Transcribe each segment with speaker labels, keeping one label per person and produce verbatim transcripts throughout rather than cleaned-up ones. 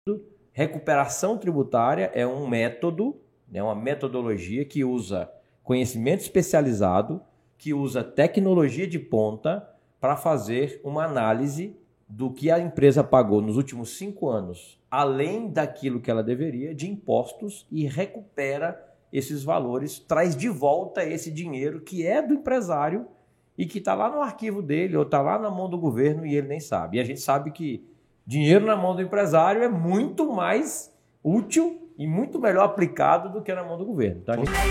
Speaker 1: recuperação tributária é um método, é uma metodologia que usa conhecimento especializado, que usa tecnologia de ponta para fazer uma análise do que a empresa pagou nos últimos cinco anos, além daquilo que ela deveria, de impostos, e recupera esses valores, traz de volta esse dinheiro que é do empresário e que está lá no arquivo dele ou está lá na mão do governo e ele nem sabe. E a gente sabe que dinheiro na mão do empresário é muito mais útil e muito melhor aplicado do que na mão do governo. Então, a gente...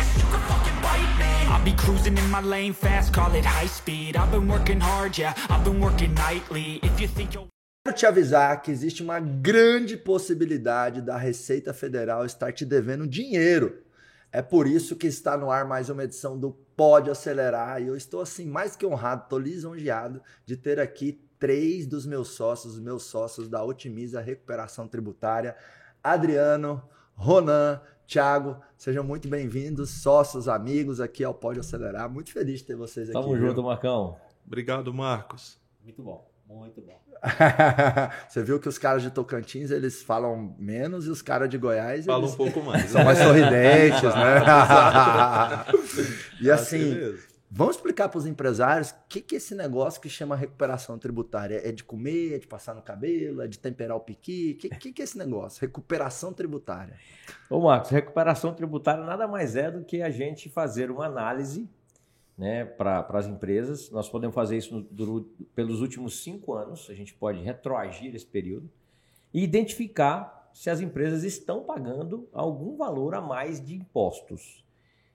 Speaker 2: Quero te avisar que existe uma grande possibilidade da Receita Federal estar te devendo dinheiro. É por isso que está no ar mais uma edição do Pode Acelerar e eu estou assim mais que honrado, estou lisonjeado de ter aqui três dos meus sócios, os meus sócios da Otimiza Recuperação Tributária, Adriano, Ronan, Thiago, sejam muito bem-vindos, sócios, amigos aqui ao Pode Acelerar. Muito feliz de ter vocês aqui.
Speaker 1: Tamo junto, Marcão.
Speaker 3: Obrigado, Marcos.
Speaker 4: Muito bom, muito bom.
Speaker 2: Você viu que os caras de Tocantins, eles falam menos e os caras de Goiás...
Speaker 3: Falam
Speaker 2: eles
Speaker 3: um pouco mais.
Speaker 2: São mais sorridentes, né? E assim, vamos explicar para os empresários o que, que é esse negócio que chama recuperação tributária. É de comer, é de passar no cabelo, é de temperar o piqui? O que, que, que é esse negócio? Recuperação tributária.
Speaker 1: Ô Marcos, recuperação tributária nada mais é do que a gente fazer uma análise, né, para as empresas. Nós podemos fazer isso no, do, pelos últimos cinco anos, a gente pode retroagir esse período e identificar se as empresas estão pagando algum valor a mais de impostos.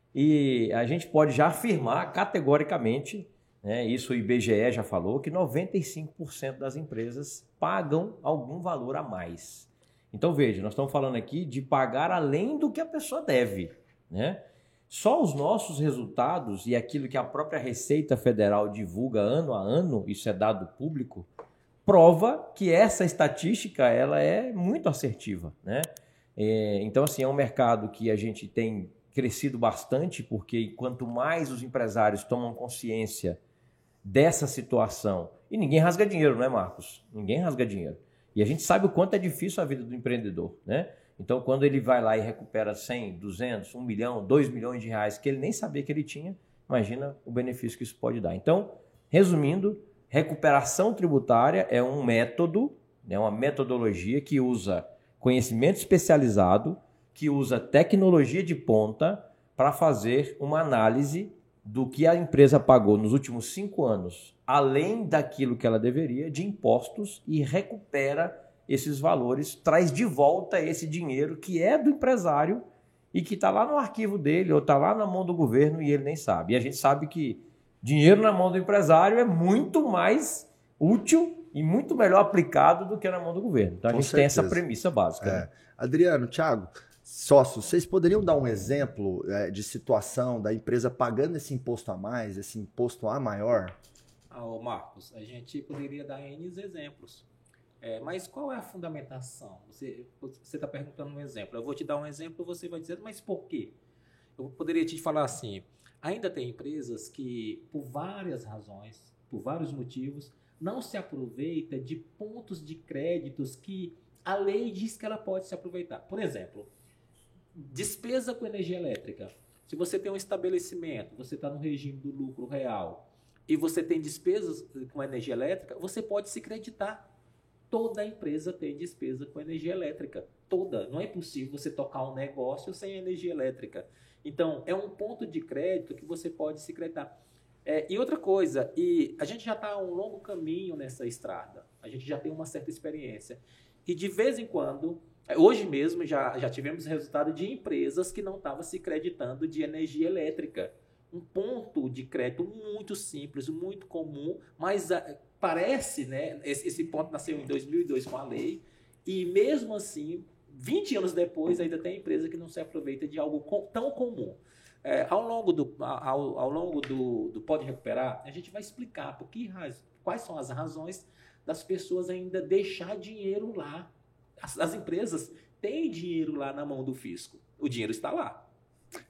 Speaker 1: E a gente pode já afirmar categoricamente, né, isso o I B G E já falou, que noventa e cinco por cento das empresas pagam algum valor a mais. Então veja, nós estamos falando aqui de pagar além do que a pessoa deve, né? Só os nossos resultados e aquilo que a própria Receita Federal divulga ano a ano, isso é dado público, prova que essa estatística ela é muito assertiva, né? É, então, assim, é um mercado que a gente tem crescido bastante, porque quanto mais os empresários tomam consciência dessa situação, e ninguém rasga dinheiro, não é, Marcos? Ninguém rasga dinheiro. E a gente sabe o quanto é difícil a vida do empreendedor, né? Então, quando ele vai lá e recupera cem, duzentos, um milhão, dois milhões de reais que ele nem sabia que ele tinha, imagina o benefício que isso pode dar. Então, resumindo, recuperação tributária é um método, é uma metodologia que usa conhecimento especializado, que usa tecnologia de ponta para fazer uma análise do que a empresa pagou nos últimos cinco anos, além daquilo que ela deveria, de impostos, e recupera esses valores, traz de volta esse dinheiro que é do empresário e que está lá no arquivo dele ou está lá na mão do governo e ele nem sabe. E a gente sabe que dinheiro na mão do empresário é muito mais útil e muito melhor aplicado do que na mão do governo. Então a
Speaker 2: Com
Speaker 1: gente
Speaker 2: certeza.
Speaker 1: tem essa premissa básica.
Speaker 2: É.
Speaker 1: Né?
Speaker 2: Adriano, Thiago, sócios, vocês poderiam dar um exemplo é, de situação da empresa pagando esse imposto a mais, esse imposto a maior?
Speaker 4: Ah, ô Marcos, a gente poderia dar N exemplos. É, mas qual é a fundamentação? Você está perguntando um exemplo. Eu vou te dar um exemplo e você vai dizer, mas por quê? Eu poderia te falar assim, ainda tem empresas que, por várias razões, por vários motivos, não se aproveita de pontos de créditos que a lei diz que ela pode se aproveitar. Por exemplo, despesa com energia elétrica. Se você tem um estabelecimento, você está no regime do lucro real e você tem despesas com energia elétrica, você pode se creditar. Toda empresa tem despesa com energia elétrica. Toda. Não é possível você tocar um negócio sem energia elétrica. Então, é um ponto de crédito que você pode se creditar. É, e outra coisa, e a gente já está a um longo caminho nessa estrada. A gente já tem uma certa experiência. E de vez em quando, hoje mesmo já, já tivemos resultado de empresas que não estavam se creditando de energia elétrica. Um ponto de crédito muito simples, muito comum, mas a, parece, né? Esse, esse ponto nasceu em dois mil e dois com a lei, e mesmo assim, vinte anos depois, ainda tem empresa que não se aproveita de algo com, tão comum. É, ao longo, do, ao, ao longo do, do Pode Recuperar, a gente vai explicar por que, quais são as razões das pessoas ainda deixar dinheiro lá. As, as empresas têm dinheiro lá na mão do fisco. O dinheiro está lá.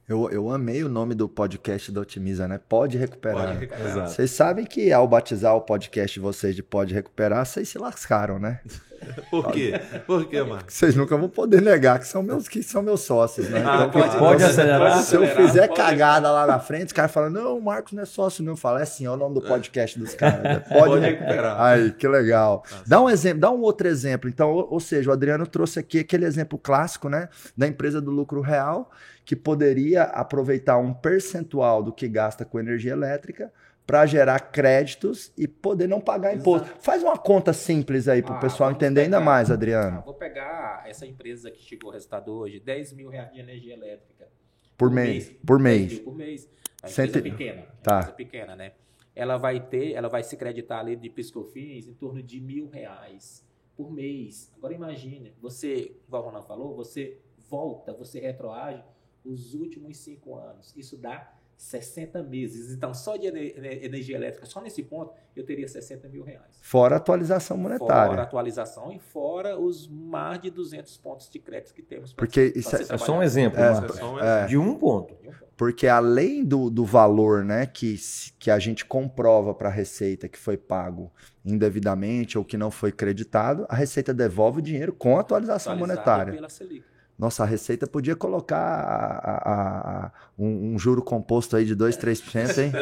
Speaker 2: Eu, eu amei o nome do podcast da Otimiza, né? Pode recuperar.
Speaker 3: Pode recuperar.
Speaker 2: Vocês sabem que ao batizar o podcast de vocês de Pode Recuperar, vocês se lascaram, né?
Speaker 3: Por quê? Por quê, Marcos?
Speaker 2: Vocês nunca vão poder negar que são meus, que são meus sócios, né?
Speaker 3: Ah,
Speaker 2: Então,
Speaker 3: pode,
Speaker 1: pode acelerar.
Speaker 2: se eu
Speaker 4: acelerar,
Speaker 2: fizer
Speaker 4: pode.
Speaker 2: cagada lá na frente, os caras falam, não, o Marcos não é sócio, não. Eu falo, é assim, é o nome do podcast dos caras. né? Pode,
Speaker 3: Pode recuperar.
Speaker 2: Aí, que legal. Dá um exemplo, dá um outro exemplo. Então, ou, ou seja, o Adriano trouxe aqui aquele exemplo clássico, né? Da empresa do lucro real, que poderia aproveitar um percentual do que gasta com energia elétrica para gerar créditos e poder não pagar imposto.
Speaker 4: Exato.
Speaker 2: Faz uma conta simples aí para o
Speaker 4: Ah,
Speaker 2: pessoal
Speaker 4: vamos
Speaker 2: entender ainda
Speaker 4: pegar-
Speaker 2: mais,
Speaker 4: Ah,
Speaker 2: Adriano.
Speaker 4: vou pegar essa empresa que chegou o resultado hoje, dez mil reais de energia elétrica.
Speaker 2: Por mês. Por mês.
Speaker 4: dez mil por mês. A
Speaker 2: Cento-
Speaker 4: empresa pequena.
Speaker 2: Tá.
Speaker 4: Empresa pequena, né? Ela vai ter, ela vai se creditar ali de PiscoFins em torno de mil reais por mês. Agora imagine, você, igual o Ronan falou, você volta, você retroage os últimos cinco anos. Isso dá sessenta meses. Então, só de ener- energia elétrica, só nesse ponto, eu teria sessenta mil reais.
Speaker 2: Fora a atualização monetária.
Speaker 4: Fora a atualização e fora os mais de duzentos pontos de crédito que temos. pra-
Speaker 2: Porque
Speaker 4: pra
Speaker 2: isso
Speaker 4: se
Speaker 2: é-
Speaker 1: É só um
Speaker 4: trabalhar.
Speaker 1: exemplo,
Speaker 2: É,
Speaker 1: Marcos.
Speaker 3: Só um
Speaker 2: É.
Speaker 1: De um ponto.
Speaker 2: Porque além do, do valor, né, que, se- que a gente comprova para a Receita que foi pago indevidamente ou que não foi creditado, a Receita devolve o dinheiro com a atualização
Speaker 4: Atualizado
Speaker 2: monetária.
Speaker 4: pela Selic.
Speaker 2: Nossa, a Receita podia colocar a- a- a- um, um juro composto aí de dois, três por cento, hein?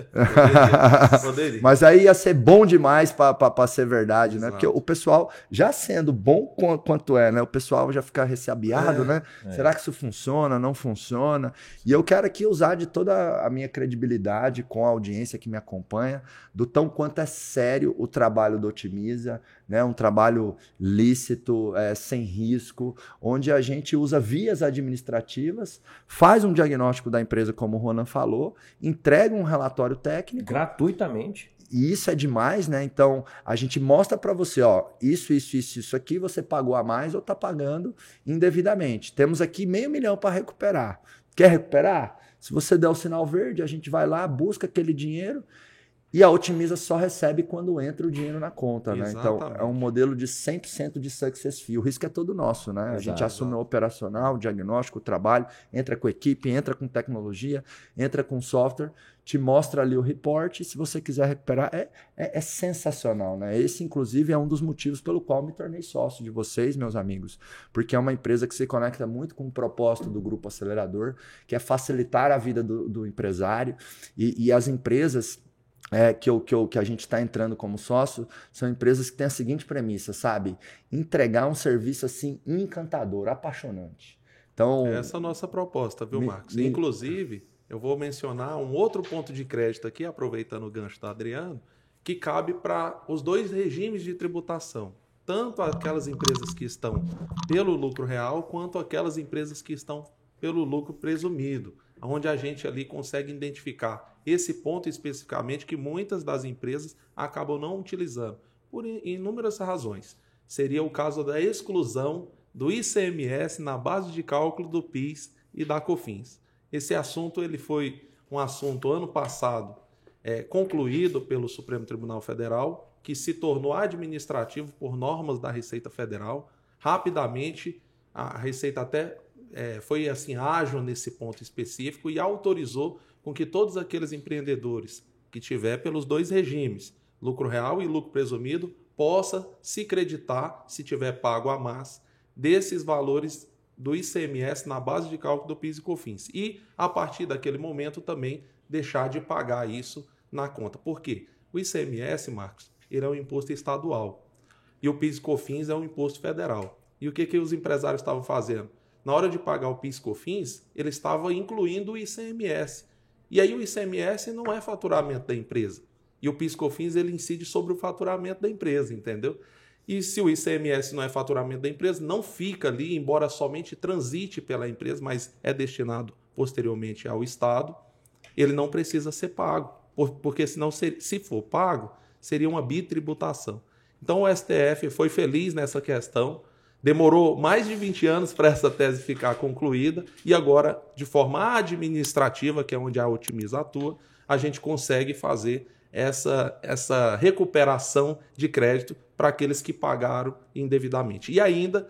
Speaker 3: Poderia. Poderia.
Speaker 2: Mas aí ia ser bom demais para ser verdade, né?
Speaker 3: Exato.
Speaker 2: Porque o pessoal, já sendo bom qu- quanto é, né? O pessoal já fica ressabiado,
Speaker 3: É,
Speaker 2: né? Será que isso funciona? Não funciona? E eu quero aqui usar de toda a minha credibilidade com a audiência que me acompanha, do tão quanto é sério o trabalho do Otimiza, né? Um trabalho lícito, é, sem risco, onde a gente usa vias administrativas, faz um diagnóstico da empresa, como o Ronan falou, entrega um relatório técnico.
Speaker 1: Gratuitamente.
Speaker 2: E isso é demais, né? Então, a gente mostra para você, ó, isso, isso, isso, isso aqui você pagou a mais ou tá pagando indevidamente. Temos aqui meio milhão para recuperar. Quer recuperar? Se você der o sinal verde, a gente vai lá, busca aquele dinheiro e a Otimiza só recebe quando entra o dinheiro na conta, né? Então,
Speaker 3: Exatamente.
Speaker 2: é um modelo de cem por cento de success fee. O risco é todo nosso, né? A gente
Speaker 1: Exato.
Speaker 2: assume o operacional, o diagnóstico, o trabalho, entra com equipe, entra com tecnologia, entra com software, te mostra ali o report e se você quiser recuperar, é, é, é sensacional, né? Esse, inclusive, é um dos motivos pelo qual me tornei sócio de vocês, meus amigos, porque é uma empresa que se conecta muito com o propósito do Grupo Acelerador, que é facilitar a vida do, do empresário e, e as empresas É, que, eu, que, eu, que a gente está entrando como sócio, são empresas que têm a seguinte premissa, sabe? Entregar um serviço assim encantador, apaixonante. Então,
Speaker 3: Essa é a nossa proposta, viu,
Speaker 2: Me-
Speaker 3: Marcos?
Speaker 2: me-
Speaker 3: Inclusive, eu vou mencionar um outro ponto de crédito aqui, aproveitando o gancho do Adriano, que cabe para os dois regimes de tributação. Tanto aquelas empresas que estão pelo lucro real, quanto aquelas empresas que estão pelo lucro presumido, onde a gente ali consegue identificar esse ponto especificamente que muitas das empresas acabam não utilizando, por inúmeras razões. Seria o caso da exclusão do I C M S na base de cálculo do PIS e da COFINS. Esse assunto ele foi um assunto ano passado é, concluído pelo Supremo Tribunal Federal, que se tornou administrativo por normas da Receita Federal. Rapidamente, a Receita até é, foi assim ágil nesse ponto específico e autorizou com que todos aqueles empreendedores que tiver pelos dois regimes, lucro real e lucro presumido, possa se creditar, se tiver pago a mais, desses valores do I C M S na base de cálculo do PIS e COFINS. E, a partir daquele momento, também deixar de pagar isso na conta. Por quê? O I C M S, Marcos, ele é um imposto estadual e o PIS e COFINS é um imposto federal. E o que, que os empresários estavam fazendo? Na hora de pagar o PIS e COFINS, ele estava incluindo o I C M S. E aí o I C M S não é faturamento da empresa. E o PIS e COFINS ele incide sobre o faturamento da empresa, entendeu? E se o I C M S não é faturamento da empresa, não fica ali, embora somente transite pela empresa, mas é destinado posteriormente ao Estado, ele não precisa ser pago. Porque senão, se for pago, seria uma bitributação. Então o S T F foi feliz nessa questão, demorou mais de vinte anos para essa tese ficar concluída e agora, de forma administrativa, que é onde a Otimiza atua, a gente consegue fazer essa, essa recuperação de crédito para aqueles que pagaram indevidamente. E ainda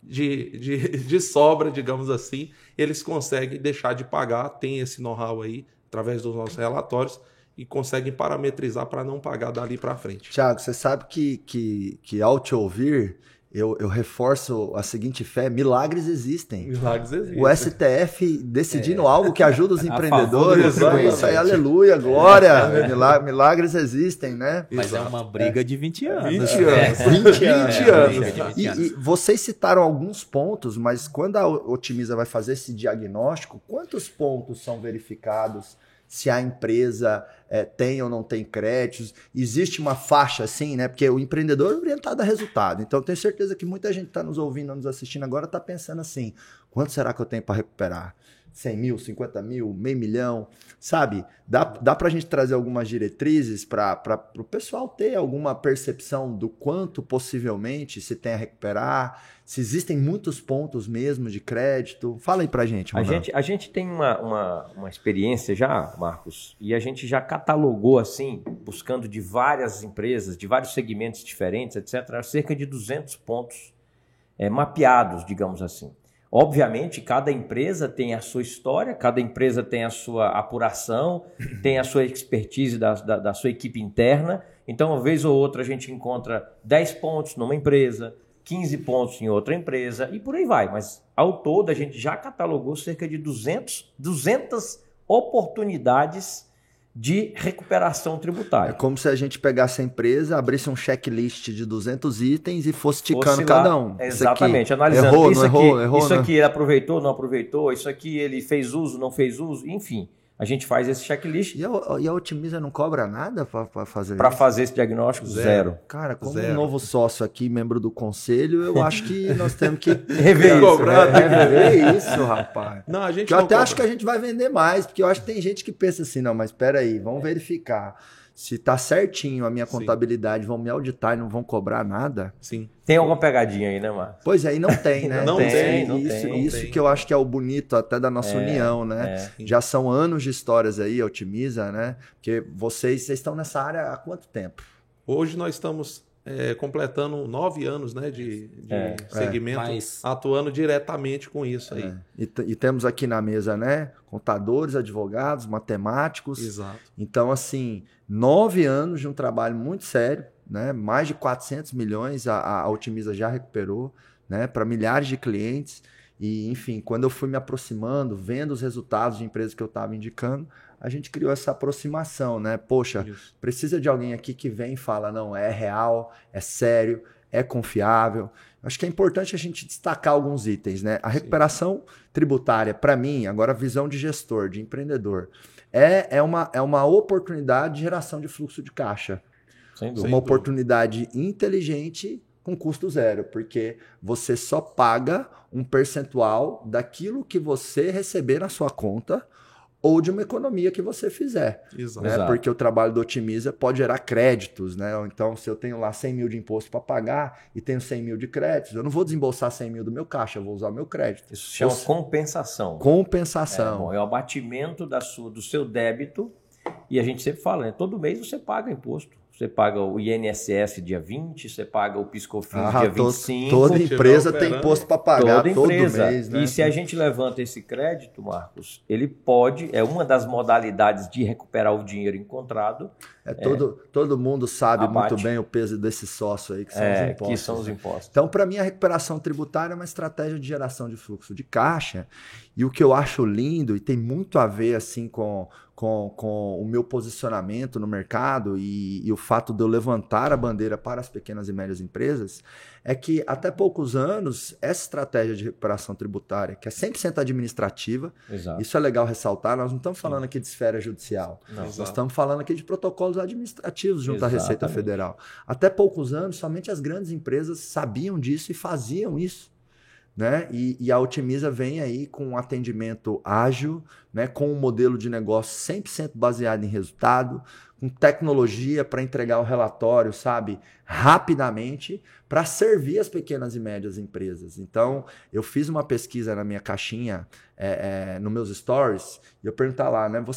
Speaker 3: de, de, de sobra, digamos assim, eles conseguem deixar de pagar, tem esse know-how aí, através dos nossos relatórios, e conseguem parametrizar para não pagar dali para frente.
Speaker 2: Tiago, você sabe que, que, que ao te ouvir, eu, eu reforço a seguinte fé, milagres existem.
Speaker 3: Milagres existem.
Speaker 2: O S T F decidindo é. algo que ajuda os
Speaker 1: A
Speaker 2: empreendedores,
Speaker 1: favor,
Speaker 2: é isso aí, aleluia, glória, é. Milagres, milagres existem, né?
Speaker 4: Mas
Speaker 3: Exato.
Speaker 4: é uma briga de vinte anos.
Speaker 3: vinte anos.
Speaker 2: vinte anos.
Speaker 3: vinte anos.
Speaker 4: É,
Speaker 2: E, e vocês citaram alguns pontos, mas quando a Otimiza vai fazer esse diagnóstico, quantos pontos são verificados? Se a empresa é, tem ou não tem créditos, existe uma faixa assim, né? Porque o empreendedor é orientado a resultado. Então, eu tenho certeza que muita gente está nos ouvindo, nos assistindo agora, está pensando assim: quanto será que eu tenho para recuperar? cem mil, cinquenta mil, meio milhão, sabe? Dá, dá para a gente trazer algumas diretrizes para o pessoal ter alguma percepção do quanto possivelmente se tem a recuperar, se existem muitos pontos mesmo de crédito. Fala aí para a gente,
Speaker 1: A gente, a gente tem uma, uma, uma experiência já, Marcos, e a gente já catalogou assim, buscando de várias empresas, de vários segmentos diferentes, etcétera, cerca de duzentos pontos é, mapeados, digamos assim. Obviamente, cada empresa tem a sua história, cada empresa tem a sua apuração, tem a sua expertise da, da, da sua equipe interna. Então, uma vez ou outra, a gente encontra dez pontos numa empresa, quinze pontos em outra empresa e por aí vai. Mas, ao todo, a gente já catalogou cerca de duzentos, duzentas oportunidades de recuperação tributária.
Speaker 2: É como se a gente pegasse a empresa, abrisse um checklist de duzentos itens e fosse ticando
Speaker 1: Fosse
Speaker 2: cada
Speaker 1: lá,
Speaker 2: um.
Speaker 1: Exatamente,
Speaker 2: isso aqui,
Speaker 1: analisando
Speaker 2: errou,
Speaker 1: isso,
Speaker 2: não
Speaker 1: aqui,
Speaker 2: errou, errou,
Speaker 1: isso
Speaker 2: né?
Speaker 1: aqui ele aproveitou, não aproveitou, isso aqui ele fez uso, não fez uso, enfim. A gente faz esse checklist.
Speaker 2: E a, e a Otimiza não cobra nada para fazer
Speaker 1: Para
Speaker 2: isso?
Speaker 1: fazer esse diagnóstico, zero. zero.
Speaker 2: Cara, como
Speaker 3: Zero.
Speaker 2: um novo sócio aqui, membro do conselho, eu acho que nós temos que
Speaker 1: Rever isso.
Speaker 3: Cobrar,
Speaker 2: é, rever isso, rapaz.
Speaker 3: Não, a gente
Speaker 2: Que eu
Speaker 3: não
Speaker 2: até
Speaker 3: cobra.
Speaker 2: acho que a gente vai vender mais, porque eu acho que tem gente que pensa assim, não, mas espera aí, vamos verificar. Se tá certinho a minha
Speaker 3: Sim.
Speaker 2: contabilidade, vão me auditar e não vão cobrar nada.
Speaker 3: Sim.
Speaker 1: Tem alguma pegadinha aí, né, Marcos?
Speaker 2: Pois é, e não tem, né?
Speaker 3: Não tem,
Speaker 1: não
Speaker 2: isso,
Speaker 1: tem,
Speaker 2: isso
Speaker 3: não tem.
Speaker 2: que eu acho que é o bonito até da nossa
Speaker 1: É,
Speaker 2: união, né?
Speaker 1: é.
Speaker 2: Já são anos de histórias aí, a Otimiza, né? Porque vocês, vocês estão nessa área há quanto tempo?
Speaker 3: Hoje nós estamos é, completando nove anos, né, de, de
Speaker 1: É,
Speaker 3: segmento,
Speaker 4: Mas-
Speaker 3: atuando diretamente com isso aí.
Speaker 2: É. E, t- e temos aqui na mesa, né? Contadores, advogados, matemáticos.
Speaker 3: Exato.
Speaker 2: Então, assim, nove anos de um trabalho muito sério, né? Mais de quatrocentos milhões a, a Otimiza já recuperou, né? Para milhares de clientes. E, enfim, quando eu fui me aproximando, vendo os resultados de empresas que eu estava indicando, a gente criou essa aproximação, né? Poxa,
Speaker 3: Isso.
Speaker 2: precisa de alguém aqui que vem e fala, não, é real, é sério, é confiável. Acho que é importante a gente destacar alguns itens, né? A recuperação tributária, para mim, agora a visão de gestor, de empreendedor, é, é, uma, é uma oportunidade de geração de fluxo de caixa.
Speaker 1: Sem
Speaker 3: Sem
Speaker 1: dúvida.
Speaker 2: Uma
Speaker 3: dúvida.
Speaker 2: oportunidade inteligente com custo zero, porque você só paga um percentual daquilo que você receber na sua conta ou de uma economia que você fizer.
Speaker 3: Exato.
Speaker 2: Né?
Speaker 1: Exato.
Speaker 2: Porque o trabalho do Otimiza pode gerar créditos, né? Então, se eu tenho lá cem mil de imposto para pagar e tenho cem mil de créditos, eu não vou desembolsar cem mil do meu caixa, eu vou usar o meu crédito.
Speaker 1: Isso se chama
Speaker 2: Ou se-
Speaker 1: compensação. É,
Speaker 2: Compensação.
Speaker 1: bom, é o abatimento da sua, do seu débito. E a gente sempre fala, né? Todo mês você paga imposto. Você paga o I N S S dia vinte, você paga o PiscoFins
Speaker 2: Ah,
Speaker 1: dia
Speaker 2: to-
Speaker 1: vinte e cinco.
Speaker 2: toda
Speaker 3: Continuar
Speaker 2: empresa tem
Speaker 3: operando.
Speaker 2: imposto para pagar
Speaker 1: Toda
Speaker 2: todo
Speaker 1: empresa.
Speaker 2: mês, né?
Speaker 1: E se a gente levanta esse crédito, Marcos, ele pode, é uma das modalidades de recuperar o dinheiro encontrado,
Speaker 2: É, todo, todo mundo sabe
Speaker 1: Abate.
Speaker 2: muito bem o peso desse sócio aí, que são os
Speaker 1: é,
Speaker 2: impostos.
Speaker 1: que são os
Speaker 2: né?
Speaker 1: impostos.
Speaker 2: Então, para mim, a recuperação tributária é uma estratégia de geração de fluxo de caixa. E o que eu acho lindo, e tem muito a ver assim com, com, com o meu posicionamento no mercado e, e o fato de eu levantar a bandeira para as pequenas e médias empresas, é que até poucos anos, essa estratégia de recuperação tributária, que é cem por cento administrativa,
Speaker 1: Exato.
Speaker 2: isso é legal ressaltar, nós não estamos falando aqui de esfera judicial.
Speaker 1: Não.
Speaker 2: Nós
Speaker 3: Exato.
Speaker 2: estamos falando aqui de protocolos administrativos junto à Receita
Speaker 1: Exatamente.
Speaker 2: Federal. Até poucos anos, somente as grandes empresas sabiam disso e faziam isso. Né? E, e a Otimiza vem aí com um atendimento ágil, né? Com um modelo de negócio cem por cento baseado em resultado, com tecnologia para entregar o relatório, sabe, rapidamente, para servir as pequenas e médias empresas. Então, eu fiz uma pesquisa na minha caixinha, é, é, nos meus stories, e eu perguntar lá, né? Você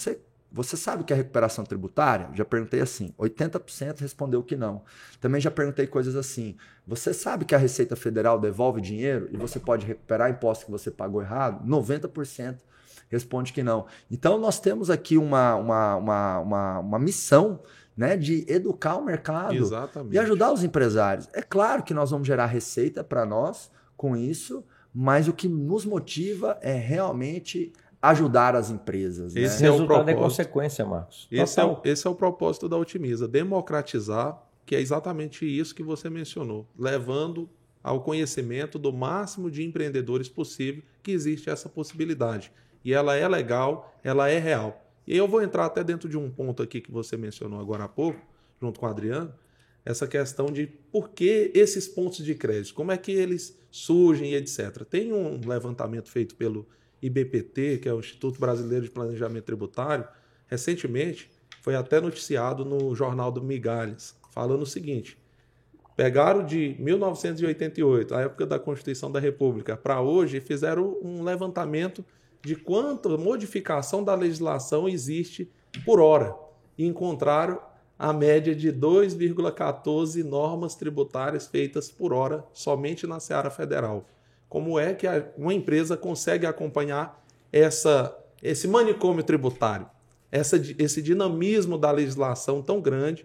Speaker 2: você sabe o que é recuperação tributária? Já perguntei assim, oitenta por cento respondeu que não. Também já perguntei coisas assim, você sabe que a Receita Federal devolve dinheiro e você pode recuperar imposto que você pagou errado? noventa por cento responde que não. Então nós temos aqui uma, uma, uma, uma, uma missão, né, de educar o mercado.
Speaker 3: Exatamente.
Speaker 2: E ajudar os empresários. É claro que nós vamos gerar receita para nós com isso, mas o que nos motiva é realmente ajudar as empresas. Né?
Speaker 3: Esse é o
Speaker 1: resultado
Speaker 3: propósito.
Speaker 1: é consequência, Marcos.
Speaker 3: Esse é, o,
Speaker 1: Total.
Speaker 3: esse é o propósito da Otimiza, democratizar, que é exatamente isso que você mencionou, levando ao conhecimento do máximo de empreendedores possível que existe essa possibilidade. E ela é legal, ela é real. E eu vou entrar até dentro de um ponto aqui que você mencionou agora há pouco, junto com o Adriano, essa questão de por que esses pontos de crédito, como é que eles surgem e etcétera. Tem um levantamento feito pelo I B P T, que é o Instituto Brasileiro de Planejamento Tributário, recentemente foi até noticiado no Jornal do Migalhas, falando o seguinte, pegaram de mil novecentos e oitenta e oito, a época da Constituição da República, para hoje e fizeram um levantamento de quanta modificação da legislação existe por hora. E encontraram a média de dois vírgula quatorze normas tributárias feitas por hora somente na seara federal. Como é que uma empresa consegue acompanhar essa, esse manicômio tributário, essa, esse dinamismo da legislação tão grande?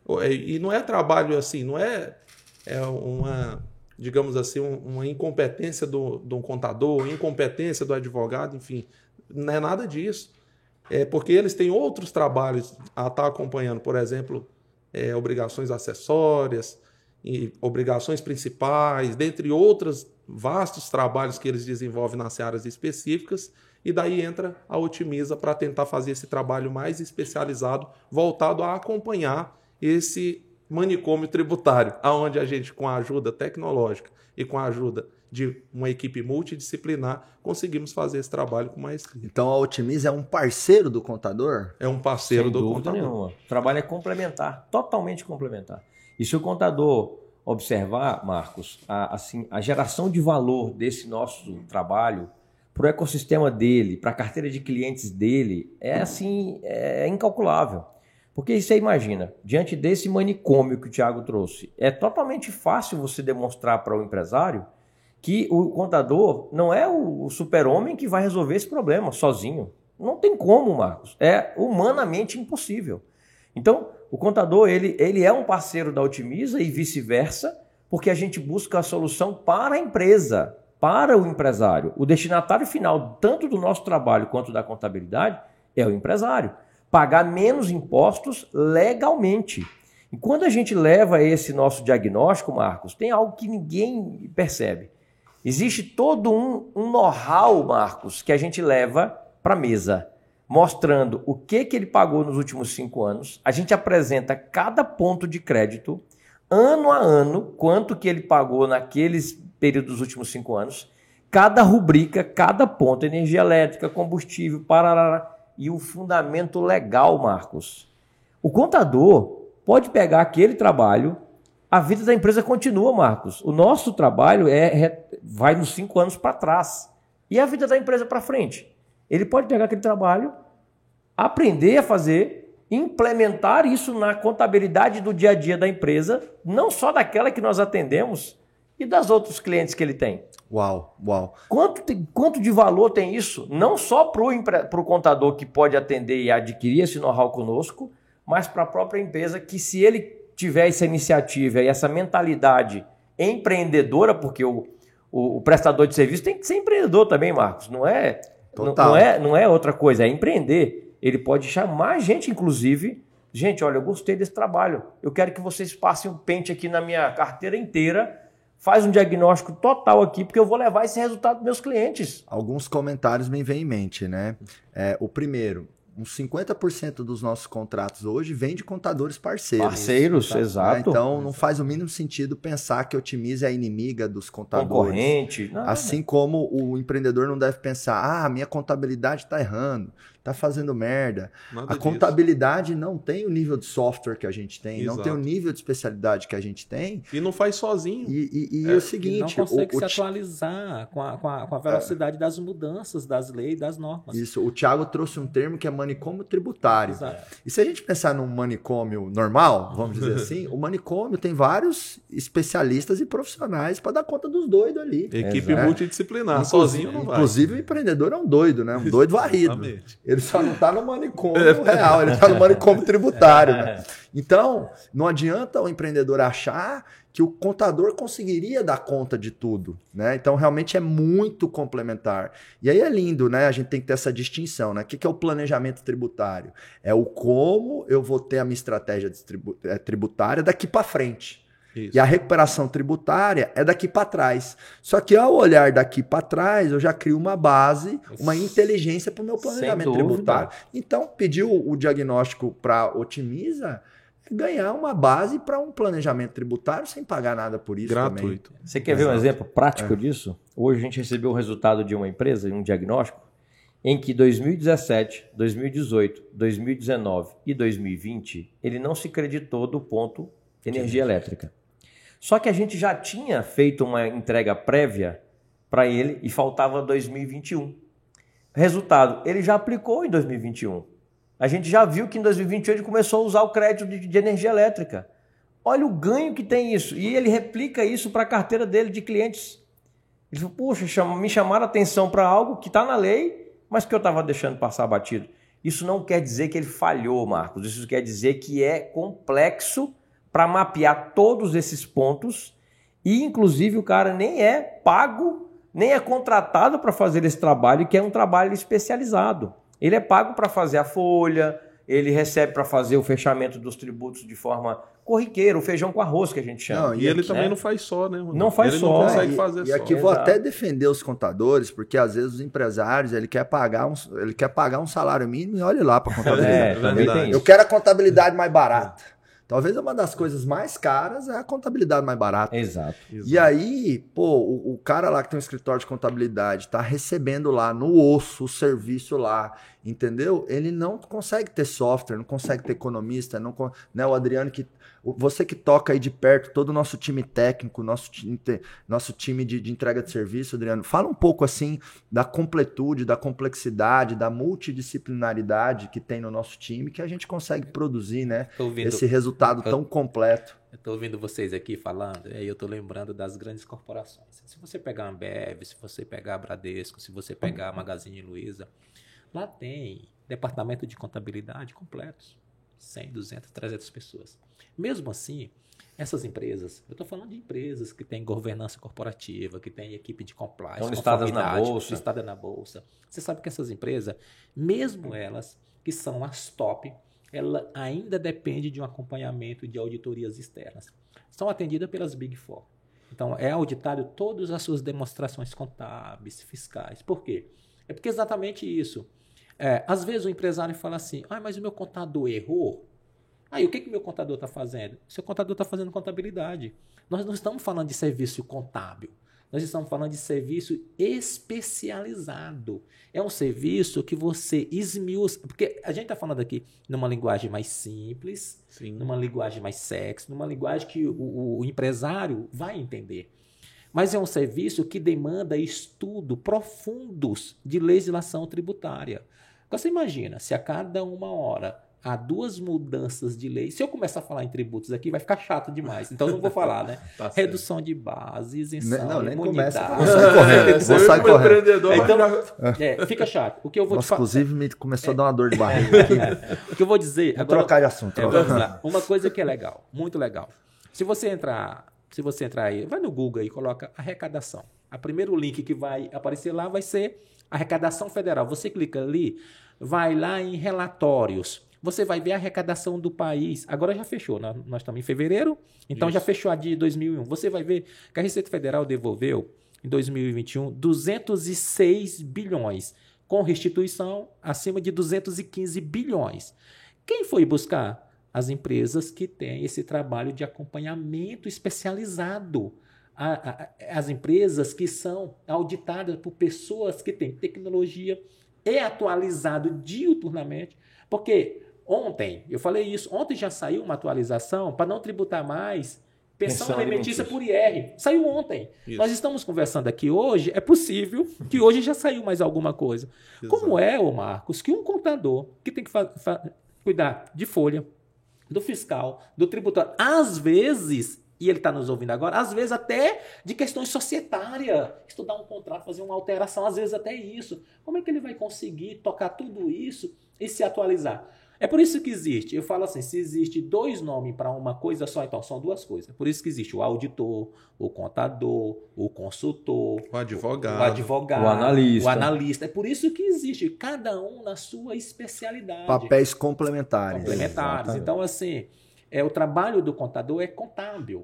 Speaker 3: E não é trabalho assim, não é, é uma... digamos assim, uma incompetência do, do contador, incompetência do advogado, enfim, não é nada disso. É porque eles têm outros trabalhos a estar acompanhando, por exemplo, é, obrigações acessórias, e obrigações principais, dentre outros vastos trabalhos que eles desenvolvem nas áreas específicas, e daí entra a Otimiza para tentar fazer esse trabalho mais especializado, voltado a acompanhar esse manicômio tributário, aonde a gente, com a ajuda tecnológica e com a ajuda de uma equipe multidisciplinar, conseguimos fazer esse trabalho com maestria.
Speaker 2: Então a Otimiza é um parceiro do contador?
Speaker 3: É um parceiro
Speaker 1: Sem
Speaker 3: do
Speaker 1: dúvida
Speaker 3: contador.
Speaker 1: nenhuma. O trabalho é complementar, totalmente complementar. E se o contador observar, Marcos, a, assim, a geração de valor desse nosso trabalho para o ecossistema dele, para a carteira de clientes dele, é assim, é incalculável. Porque você imagina, diante desse manicômio que o Thiago trouxe, é totalmente fácil você demonstrar para o empresário que o contador não é o super-homem que vai resolver esse problema sozinho. Não tem como, Marcos. É humanamente impossível. Então, o contador ele, ele é um parceiro da Otimiza e vice-versa, porque a gente busca a solução para a empresa, para o empresário. O destinatário final, tanto do nosso trabalho quanto da contabilidade, é o empresário. Pagar menos impostos legalmente. E quando a gente leva esse nosso diagnóstico, Marcos, tem algo que ninguém percebe. Existe todo um, um know-how, Marcos, que a gente leva para a mesa, mostrando o que, que ele pagou nos últimos cinco anos. A gente apresenta cada ponto de crédito, ano a ano, quanto que ele pagou naqueles períodos dos últimos cinco anos, cada rubrica, cada ponto, energia elétrica, combustível, parará. E o fundamento legal, Marcos. O contador pode pegar aquele trabalho, a vida da empresa continua, Marcos. O nosso trabalho é, vai nos cinco anos para trás. E a vida da empresa para frente. Ele pode pegar aquele trabalho, aprender a fazer, implementar isso na contabilidade do dia a dia da empresa, não só daquela que nós atendemos e das outros clientes que ele tem.
Speaker 2: Uau, uau.
Speaker 1: Quanto, tem, quanto de valor tem isso? Não só para o contador que pode atender e adquirir esse know-how conosco, mas para a própria empresa que, se ele tiver essa iniciativa e essa mentalidade empreendedora, porque o, o, o prestador de serviço tem que ser empreendedor também, Marcos. Não é, não, não, é, não é outra coisa, é empreender. Ele pode chamar a gente, inclusive, gente, olha, eu gostei desse trabalho, eu quero que vocês passem um pente aqui na minha carteira inteira, faz um diagnóstico total aqui, porque eu vou levar esse resultado para meus clientes.
Speaker 2: Alguns comentários me vêm em mente, né? É, o primeiro, uns cinquenta por cento dos nossos contratos hoje vem de contadores parceiros.
Speaker 1: Parceiros,
Speaker 2: tá?
Speaker 1: exato.
Speaker 2: Então, não faz o mínimo sentido pensar que a Otimiza é a inimiga dos contadores.
Speaker 1: Concorrente. Nada.
Speaker 2: Assim como o empreendedor não deve pensar, ah, minha contabilidade está errando, está fazendo merda.
Speaker 3: Nada
Speaker 2: a
Speaker 3: disso.
Speaker 2: Contabilidade não tem o nível de software que a gente tem,
Speaker 3: Exato.
Speaker 2: Não tem o nível de especialidade que a gente tem.
Speaker 3: E não faz sozinho.
Speaker 2: E, e, e
Speaker 3: É,
Speaker 2: é o
Speaker 4: E
Speaker 2: seguinte...
Speaker 4: não consegue
Speaker 2: o,
Speaker 4: se
Speaker 2: o Ti-
Speaker 4: atualizar com a, com a, com a velocidade das mudanças das leis e das normas.
Speaker 2: Isso, o Thiago trouxe um termo que é manicômio tributário.
Speaker 4: Exato.
Speaker 2: E se a gente pensar num manicômio normal, vamos dizer assim, o manicômio tem vários especialistas e profissionais para dar conta dos doidos ali.
Speaker 3: Equipe
Speaker 2: Exato.
Speaker 3: multidisciplinar,
Speaker 2: Inclusive,
Speaker 3: sozinho não vai.
Speaker 2: Inclusive o empreendedor é um doido, né? Um doido varrido.
Speaker 3: Exatamente.
Speaker 2: Ele só não está no manicômio real, ele está no manicômio tributário. Né? Então, não adianta o empreendedor achar que o contador conseguiria dar conta de tudo, né? Então, realmente é muito complementar. E aí é lindo, né? A gente tem que ter essa distinção, né? O que é o planejamento tributário? É o como eu vou ter a minha estratégia tributária daqui para frente.
Speaker 3: Isso.
Speaker 2: E a recuperação tributária é daqui para trás. Só que ao olhar daqui para trás, eu já crio uma base, uma inteligência para o meu planejamento tributário. Então, pedir o, o diagnóstico para Otimiza é ganhar uma base para um planejamento tributário sem pagar nada por isso.
Speaker 3: Gratuito.
Speaker 2: Também.
Speaker 1: Você quer ver um exemplo prático é. disso? Hoje a gente recebeu o resultado de uma empresa, um diagnóstico, em que dois mil e dezessete, dois mil e dezoito, dois mil e dezenove e dois mil e vinte, ele não se creditou do ponto energia elétrica. Só que a gente já tinha feito uma entrega prévia para ele e faltava dois mil e vinte e um. Resultado, ele já aplicou em dois mil e vinte e um. A gente já viu que em dois mil e vinte e um ele começou a usar o crédito de, de energia elétrica. Olha o ganho que tem isso. E ele replica isso para a carteira dele de clientes. Ele falou, poxa, chama, me chamaram a atenção para algo que está na lei, mas que eu estava deixando passar batido. Isso não quer dizer que ele falhou, Marcos. Isso quer dizer que é complexo para mapear todos esses pontos e, inclusive, o cara nem é pago, nem é contratado para fazer esse trabalho, que é um trabalho especializado. Ele é pago para fazer a folha, ele recebe para fazer o fechamento dos tributos de forma corriqueira, o feijão com arroz que a gente chama.
Speaker 3: Não, e, e ele
Speaker 1: aqui,
Speaker 3: também
Speaker 1: né?
Speaker 3: não faz só, né? Mano?
Speaker 1: Não faz
Speaker 3: ele
Speaker 1: só.
Speaker 3: Não consegue
Speaker 2: É,
Speaker 3: fazer
Speaker 2: e,
Speaker 3: só.
Speaker 2: E aqui vou
Speaker 1: Exato.
Speaker 2: até defender os contadores, porque às vezes os empresários ele quer pagar um, ele quer pagar um salário mínimo e olha lá para a contabilidade.
Speaker 1: É, também tem
Speaker 2: Eu
Speaker 1: isso.
Speaker 2: quero a contabilidade mais barata. Talvez uma das coisas mais caras é a contabilidade mais barata.
Speaker 1: Exato.
Speaker 2: E aí, pô, o, o cara lá que tem um escritório de contabilidade está recebendo lá no osso o serviço lá, entendeu? Ele não consegue ter software, não consegue ter economista, não, né? O Adriano que você que toca aí de perto todo o nosso time técnico, nosso time, nosso time de, de entrega de serviço, Adriano, fala um pouco assim da completude, da complexidade, da multidisciplinaridade que tem no nosso time, que a gente consegue produzir, né?
Speaker 4: Ouvindo,
Speaker 2: esse resultado tão completo.
Speaker 4: Eu estou ouvindo vocês aqui falando, e aí eu estou lembrando das grandes corporações. Se você pegar a Ambev, se você pegar a Bradesco, se você pegar a Magazine Luiza, lá tem departamento de contabilidade completos. cem, duzentas, trezentas pessoas. Mesmo assim, essas empresas, eu estou falando de empresas que têm governança corporativa, que têm equipe de compliance,
Speaker 1: estão listadas na bolsa.
Speaker 4: listada na bolsa. Você sabe que essas empresas, mesmo elas que são as top, ela ainda depende de um acompanhamento de auditorias externas. São atendidas pelas Big Four. Então, é auditado todas as suas demonstrações contábeis, fiscais. Por quê? É porque é exatamente isso. É, às vezes o empresário fala assim, ah, mas o meu contador errou. Aí, o que que meu contador está fazendo? Seu contador está fazendo contabilidade. Nós não estamos falando de serviço contábil. Nós estamos falando de serviço especializado. É um serviço que você esmiuça. Porque a gente está falando aqui numa linguagem mais simples, Sim. numa linguagem mais sexy, numa linguagem que o, o empresário vai entender. Mas é um serviço que demanda estudo profundos de legislação tributária. Você imagina, se a cada uma hora há duas mudanças de lei, se eu começar a falar em tributos aqui, vai ficar chato demais. Então, não vou falar, né? Tá Redução de base, isenção,
Speaker 2: não, nem
Speaker 3: começa.
Speaker 2: Vou sair correndo. Vou sair correndo.
Speaker 4: Então, é, fica chato. O que eu vou
Speaker 2: Nossa,
Speaker 4: te falar...
Speaker 2: Inclusive, me começou é. a dar uma dor de barriga aqui.
Speaker 4: O que eu vou dizer...
Speaker 2: Vou
Speaker 4: agora,
Speaker 2: trocar de assunto.
Speaker 4: É, vamos lá. Uma coisa que é legal, muito legal. Se você entrar... Se você entrar aí, vai no Google e coloca arrecadação. O primeiro link que vai aparecer lá vai ser arrecadação federal. Você clica ali, vai lá em relatórios. Você vai ver a arrecadação do país. Agora já fechou, nós, nós estamos em fevereiro, então Isso. já fechou a de dois mil e um. Você vai ver que a Receita Federal devolveu, em dois mil e vinte e um, duzentos e seis bilhões, com restituição acima de duzentos e quinze bilhões. Quem foi buscar? As empresas que têm esse trabalho de acompanhamento especializado. A, a, as empresas que são auditadas por pessoas que têm tecnologia e atualizado diuturnamente. Porque ontem, eu falei isso, ontem já saiu uma atualização para não tributar mais Pensão,
Speaker 1: Pensão
Speaker 4: alimentícia
Speaker 1: alimentícia.
Speaker 4: por I R. Saiu ontem.
Speaker 3: Isso.
Speaker 4: Nós estamos conversando aqui hoje. É possível que hoje já saiu mais alguma coisa.
Speaker 3: Exato.
Speaker 4: Como é, ô Marcos, que um contador que tem que fa- fa- cuidar de folha, do fiscal, do tributário, às vezes, e ele está nos ouvindo agora, às vezes até de questões societárias, estudar um contrato, fazer uma alteração, às vezes até isso. Como é que ele vai conseguir tocar tudo isso e se atualizar? É por isso que existe, eu falo assim, se existe dois nomes para uma coisa só, então são duas coisas. Por isso que existe o auditor, o contador, o consultor,
Speaker 3: O advogado.
Speaker 4: o advogado,
Speaker 1: O analista.
Speaker 4: o analista. É por isso que existe, cada um na sua especialidade.
Speaker 2: Papéis complementares.
Speaker 4: Complementares.
Speaker 1: Exatamente.
Speaker 4: Então, assim, é, o trabalho do contador é contábil.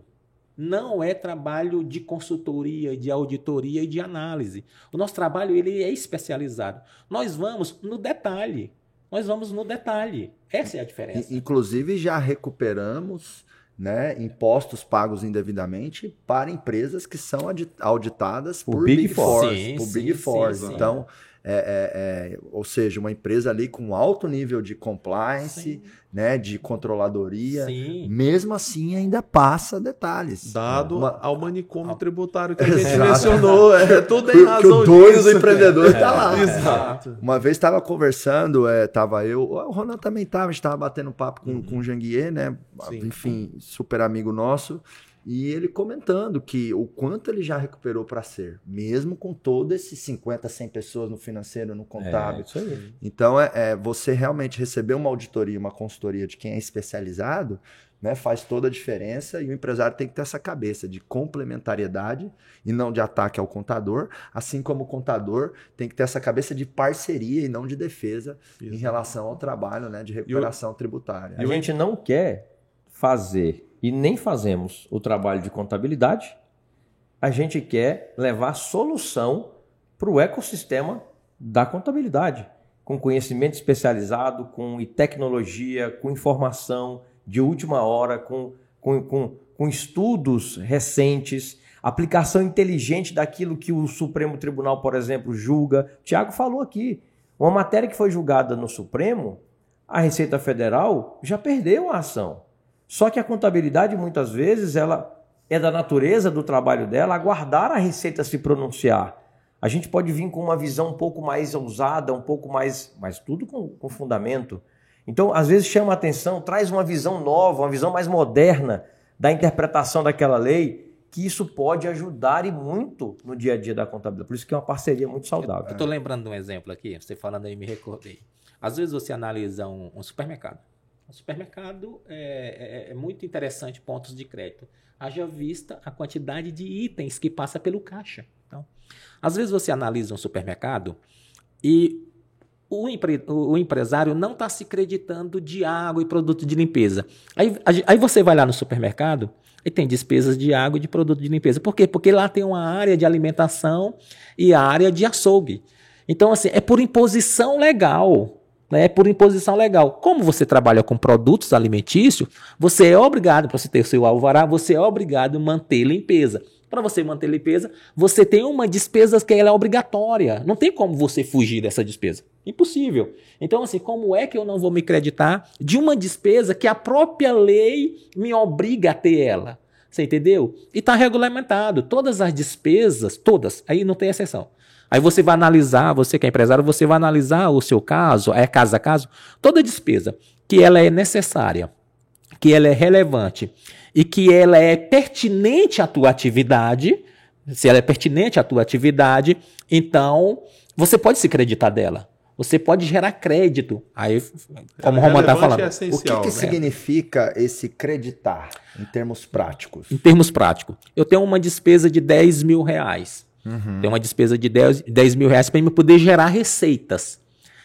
Speaker 4: Não é trabalho de consultoria, de auditoria e de análise. O nosso trabalho ele é especializado. Nós vamos no detalhe. Nós vamos no detalhe. Essa é a diferença.
Speaker 2: I- Inclusive, já recuperamos, né, impostos pagos indevidamente para empresas que são adi- auditadas
Speaker 1: O
Speaker 2: por
Speaker 1: Big
Speaker 2: Big
Speaker 1: Four.
Speaker 2: Four.
Speaker 4: Sim,
Speaker 2: por
Speaker 4: sim,
Speaker 2: Big
Speaker 4: sim,
Speaker 2: Four.
Speaker 4: sim.
Speaker 2: Então, é, é, é, ou seja, uma empresa ali com alto nível de compliance,
Speaker 4: Sim.
Speaker 2: né, de controladoria,
Speaker 4: Sim.
Speaker 2: mesmo assim ainda passa detalhes.
Speaker 3: Dado
Speaker 2: Uma-
Speaker 3: ao manicômio tributário que a gente
Speaker 2: Exato.
Speaker 3: mencionou. É tudo em
Speaker 2: Que
Speaker 3: razão
Speaker 2: o doido
Speaker 3: disso.
Speaker 2: do empreendedor está lá.
Speaker 3: Exato.
Speaker 2: Uma vez estava conversando, é, tava eu, o Ronan também estava, a gente estava batendo papo com, com o Janguier, né?
Speaker 3: Sim.
Speaker 2: Enfim, super amigo nosso. E ele comentando que o quanto ele já recuperou para ser, mesmo com todo esses cinquenta, cem pessoas no financeiro, no
Speaker 1: É,
Speaker 2: contábil.
Speaker 1: isso aí.
Speaker 2: Então, é, é, você realmente receber uma auditoria, uma consultoria de quem é especializado, né, faz toda a diferença e o empresário tem que ter essa cabeça de complementariedade e não de ataque ao contador, assim como o contador tem que ter essa cabeça de parceria e não de defesa em
Speaker 3: Exato.
Speaker 2: relação ao trabalho, né, de recuperação tributária.
Speaker 1: A gente não quer fazer e nem fazemos o trabalho de contabilidade, a gente quer levar solução para o ecossistema da contabilidade, com conhecimento especializado, com e tecnologia, com informação de última hora, com, com, com, com estudos recentes, aplicação inteligente daquilo que o Supremo Tribunal, por exemplo, julga. O Tiago falou aqui, uma matéria que foi julgada no Supremo, a Receita Federal já perdeu a ação. Só que a contabilidade, muitas vezes, ela é da natureza do trabalho dela aguardar a Receita se pronunciar. A gente pode vir com uma visão um pouco mais ousada, um pouco mais... mas tudo com, com fundamento. Então, às vezes chama a atenção, traz uma visão nova, uma visão mais moderna da interpretação daquela lei, que isso pode ajudar e muito no dia a dia da contabilidade. Por isso que é uma parceria muito saudável.
Speaker 4: Eu estou lembrando de um exemplo aqui, você falando aí, me recordei. Às vezes você analisa um, um supermercado. O supermercado é, é, é muito interessante, pontos de crédito. Haja vista a quantidade de itens que passa pelo caixa. Então, às vezes você analisa um supermercado e o, empre, o empresário não está se creditando de água e produto de limpeza. Aí, aí você vai lá no supermercado e tem despesas de água e de produto de limpeza. Por quê? Porque lá tem uma área de alimentação e a área de açougue. Então, assim, é por imposição legal. É por imposição legal. Como você trabalha com produtos alimentícios, você é obrigado, para você ter o seu alvará, você é obrigado a manter limpeza. Para você manter limpeza, você tem uma despesa que ela é obrigatória. Não tem como você fugir dessa despesa. Impossível. Então, assim, como é que eu não vou me creditar de uma despesa que a própria lei me obriga a ter ela? Você entendeu? E está regulamentado. Todas as despesas, todas, aí não tem exceção. Aí você vai analisar, você que é empresário, você vai analisar o seu caso, é caso a caso, toda despesa que ela é necessária, que ela é relevante e que ela é pertinente à tua atividade, se ela é pertinente à tua atividade, então você pode se creditar dela. Você pode gerar crédito. Aí, como o Roman está falando.
Speaker 3: É
Speaker 2: O que,
Speaker 3: essencial,
Speaker 2: que
Speaker 3: né?
Speaker 2: significa esse creditar em termos práticos?
Speaker 4: Em termos práticos, eu tenho uma despesa de dez mil reais.
Speaker 2: Uhum.
Speaker 4: Tem uma despesa de dez mil reais para eu poder gerar receitas.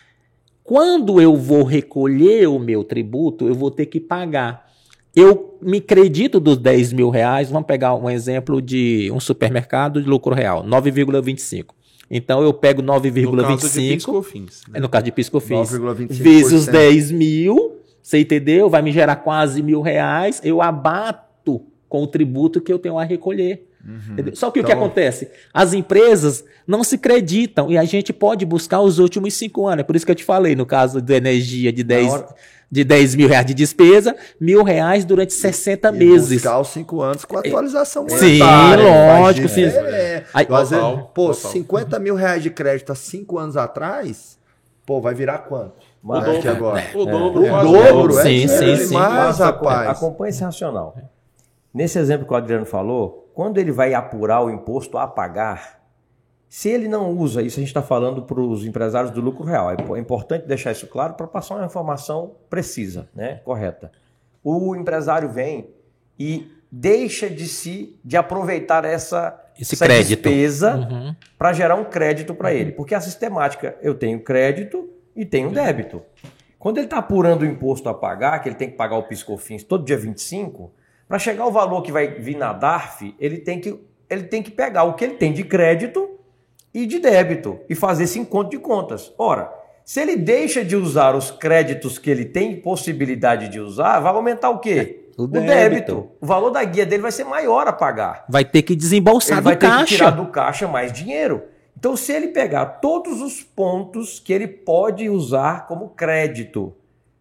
Speaker 4: Quando eu vou recolher o meu tributo, eu vou ter que pagar. Eu me credito dos dez mil reais, vamos pegar um exemplo de um supermercado de lucro real, nove vírgula vinte e cinco. Então eu pego nove vírgula vinte e cinco,
Speaker 3: No caso de PIS/COFINS, né?
Speaker 4: é no caso de PIS/COFINS,
Speaker 2: nove vírgula vinte e cinco por cento.
Speaker 4: vezes dez mil, você entendeu? Vai me gerar quase mil reais, eu abato com o tributo que eu tenho a recolher. Entendeu? Só que o que
Speaker 2: Então-
Speaker 4: acontece? As empresas não se creditam. E a gente pode buscar os últimos cinco anos. É por isso que eu te falei, no caso de energia de dez,
Speaker 1: hora...
Speaker 4: de dez mil reais de despesa, mil reais durante sessenta
Speaker 2: e
Speaker 4: meses.
Speaker 2: Buscar os cinco anos com atualização
Speaker 4: Sim,
Speaker 2: monetária.
Speaker 4: lógico. Sim.
Speaker 2: É.
Speaker 4: Aí,
Speaker 2: Então, às vezes,
Speaker 3: total,
Speaker 2: pô,
Speaker 3: total.
Speaker 2: cinquenta mil reais de crédito há cinco anos atrás, pô, vai virar quanto?
Speaker 3: O
Speaker 2: Acho
Speaker 3: dobro,
Speaker 2: que agora.
Speaker 3: o dobro,
Speaker 2: O
Speaker 3: quase
Speaker 2: dobro, é
Speaker 4: Sim,
Speaker 2: dinheiro
Speaker 4: sim, sim.
Speaker 2: demais, rapaz.
Speaker 1: Acompanhe esse racional. Nesse exemplo que o Adriano falou, quando ele vai apurar o imposto a pagar, se ele não usa, isso a gente está falando para os empresários do lucro real, é importante deixar isso claro para passar uma informação precisa, né? Correta. O empresário vem e deixa de se de aproveitar essa,
Speaker 4: Esse
Speaker 1: essa
Speaker 4: crédito.
Speaker 1: despesa
Speaker 4: Uhum.
Speaker 1: para gerar um crédito para ele. Porque a sistemática, eu tenho crédito e tenho débito. Quando ele está apurando o imposto a pagar, que ele tem que pagar o PIS/COFINS todo dia vinte e cinco, para chegar ao valor que vai vir na D A R F, ele tem, que, ele tem que pegar o que ele tem de crédito e de débito e fazer esse encontro de contas. Ora, se ele deixa de usar os créditos que ele tem possibilidade de usar, vai aumentar o quê?
Speaker 4: O
Speaker 1: O
Speaker 4: débito.
Speaker 1: débito. O valor da guia dele vai ser maior a pagar.
Speaker 4: Vai ter que desembolsar
Speaker 1: Ele vai
Speaker 4: do
Speaker 1: ter
Speaker 4: caixa.
Speaker 1: que tirar do caixa mais dinheiro. Então, se ele pegar todos os pontos que ele pode usar como crédito,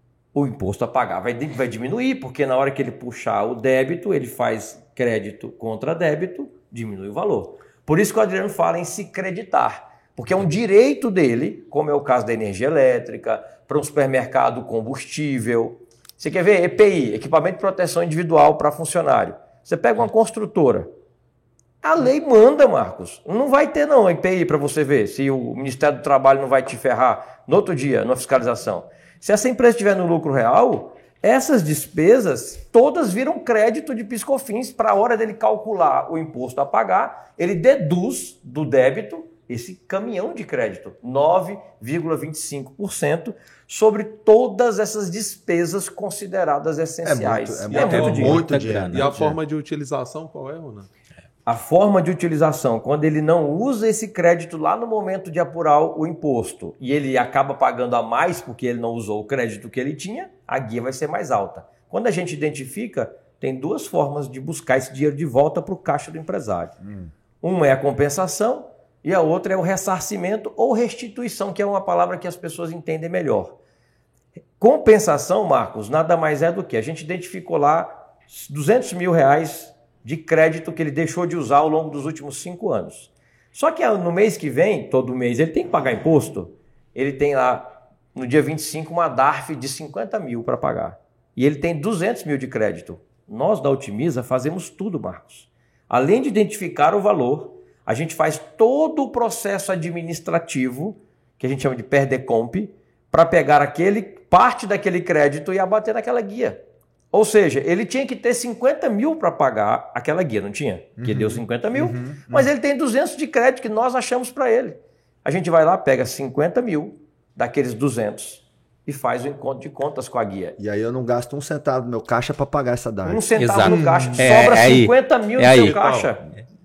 Speaker 1: o imposto a pagar vai, vai diminuir, porque na hora que ele puxar o débito, ele faz crédito contra débito, diminui o valor. Por isso que o Adriano fala em se creditar, porque é um direito dele, como é o caso da energia elétrica, para um supermercado combustível. Você quer ver? E P I, Equipamento de Proteção Individual para funcionário. Você pega uma construtora. A lei manda, Marcos. Não vai ter não E P I para você ver se o Ministério do Trabalho não vai te ferrar no outro dia, na fiscalização. Se essa empresa estiver no lucro real, essas despesas todas viram crédito de PIS/COFINS para a hora dele calcular o imposto a pagar, ele deduz do débito esse caminhão de crédito, nove vírgula vinte e cinco por cento sobre todas essas despesas consideradas essenciais.
Speaker 2: É muito, é muito,
Speaker 1: é
Speaker 2: é
Speaker 1: muito dinheiro.
Speaker 2: muito dinheiro.
Speaker 3: E a forma de utilização qual é, Ronan?
Speaker 1: A forma de utilização, quando ele não usa esse crédito lá no momento de apurar o imposto e ele acaba pagando a mais porque ele não usou o crédito que ele tinha, a guia vai ser mais alta. Quando a gente identifica, tem duas formas de buscar esse dinheiro de volta para o caixa do empresário. Hum. Uma é a compensação e a outra é o ressarcimento ou restituição, que é uma palavra que as pessoas entendem melhor. Compensação, Marcos, nada mais é do que a gente identificou lá duzentos mil reais de crédito que ele deixou de usar ao longo dos últimos cinco anos. Só que no mês que vem, todo mês, ele tem que pagar imposto. Ele tem lá, no dia vinte e cinco, uma D A R F de cinquenta mil para pagar. E ele tem duzentos mil de crédito. Nós, da Otimiza, fazemos tudo, Marcos. Além de identificar o valor, a gente faz todo o processo administrativo, que a gente chama de PERDECOMP, para pegar aquele, parte daquele crédito e abater naquela guia. Ou seja, ele tinha que ter cinquenta mil para pagar aquela guia, não tinha? Que
Speaker 2: Uhum.
Speaker 1: deu cinquenta mil,
Speaker 2: Uhum.
Speaker 1: mas ele tem duzentos de crédito que nós achamos para ele. A gente vai lá, pega cinquenta mil daqueles duzentos e faz o encontro de contas com a guia.
Speaker 2: E aí eu não gasto um centavo do meu caixa para pagar essa D A R F.
Speaker 1: Um centavo
Speaker 4: Exato.
Speaker 1: no caixa,
Speaker 4: É,
Speaker 1: sobra
Speaker 4: é aí.
Speaker 1: cinquenta mil
Speaker 4: É
Speaker 1: no
Speaker 4: aí.
Speaker 1: seu caixa.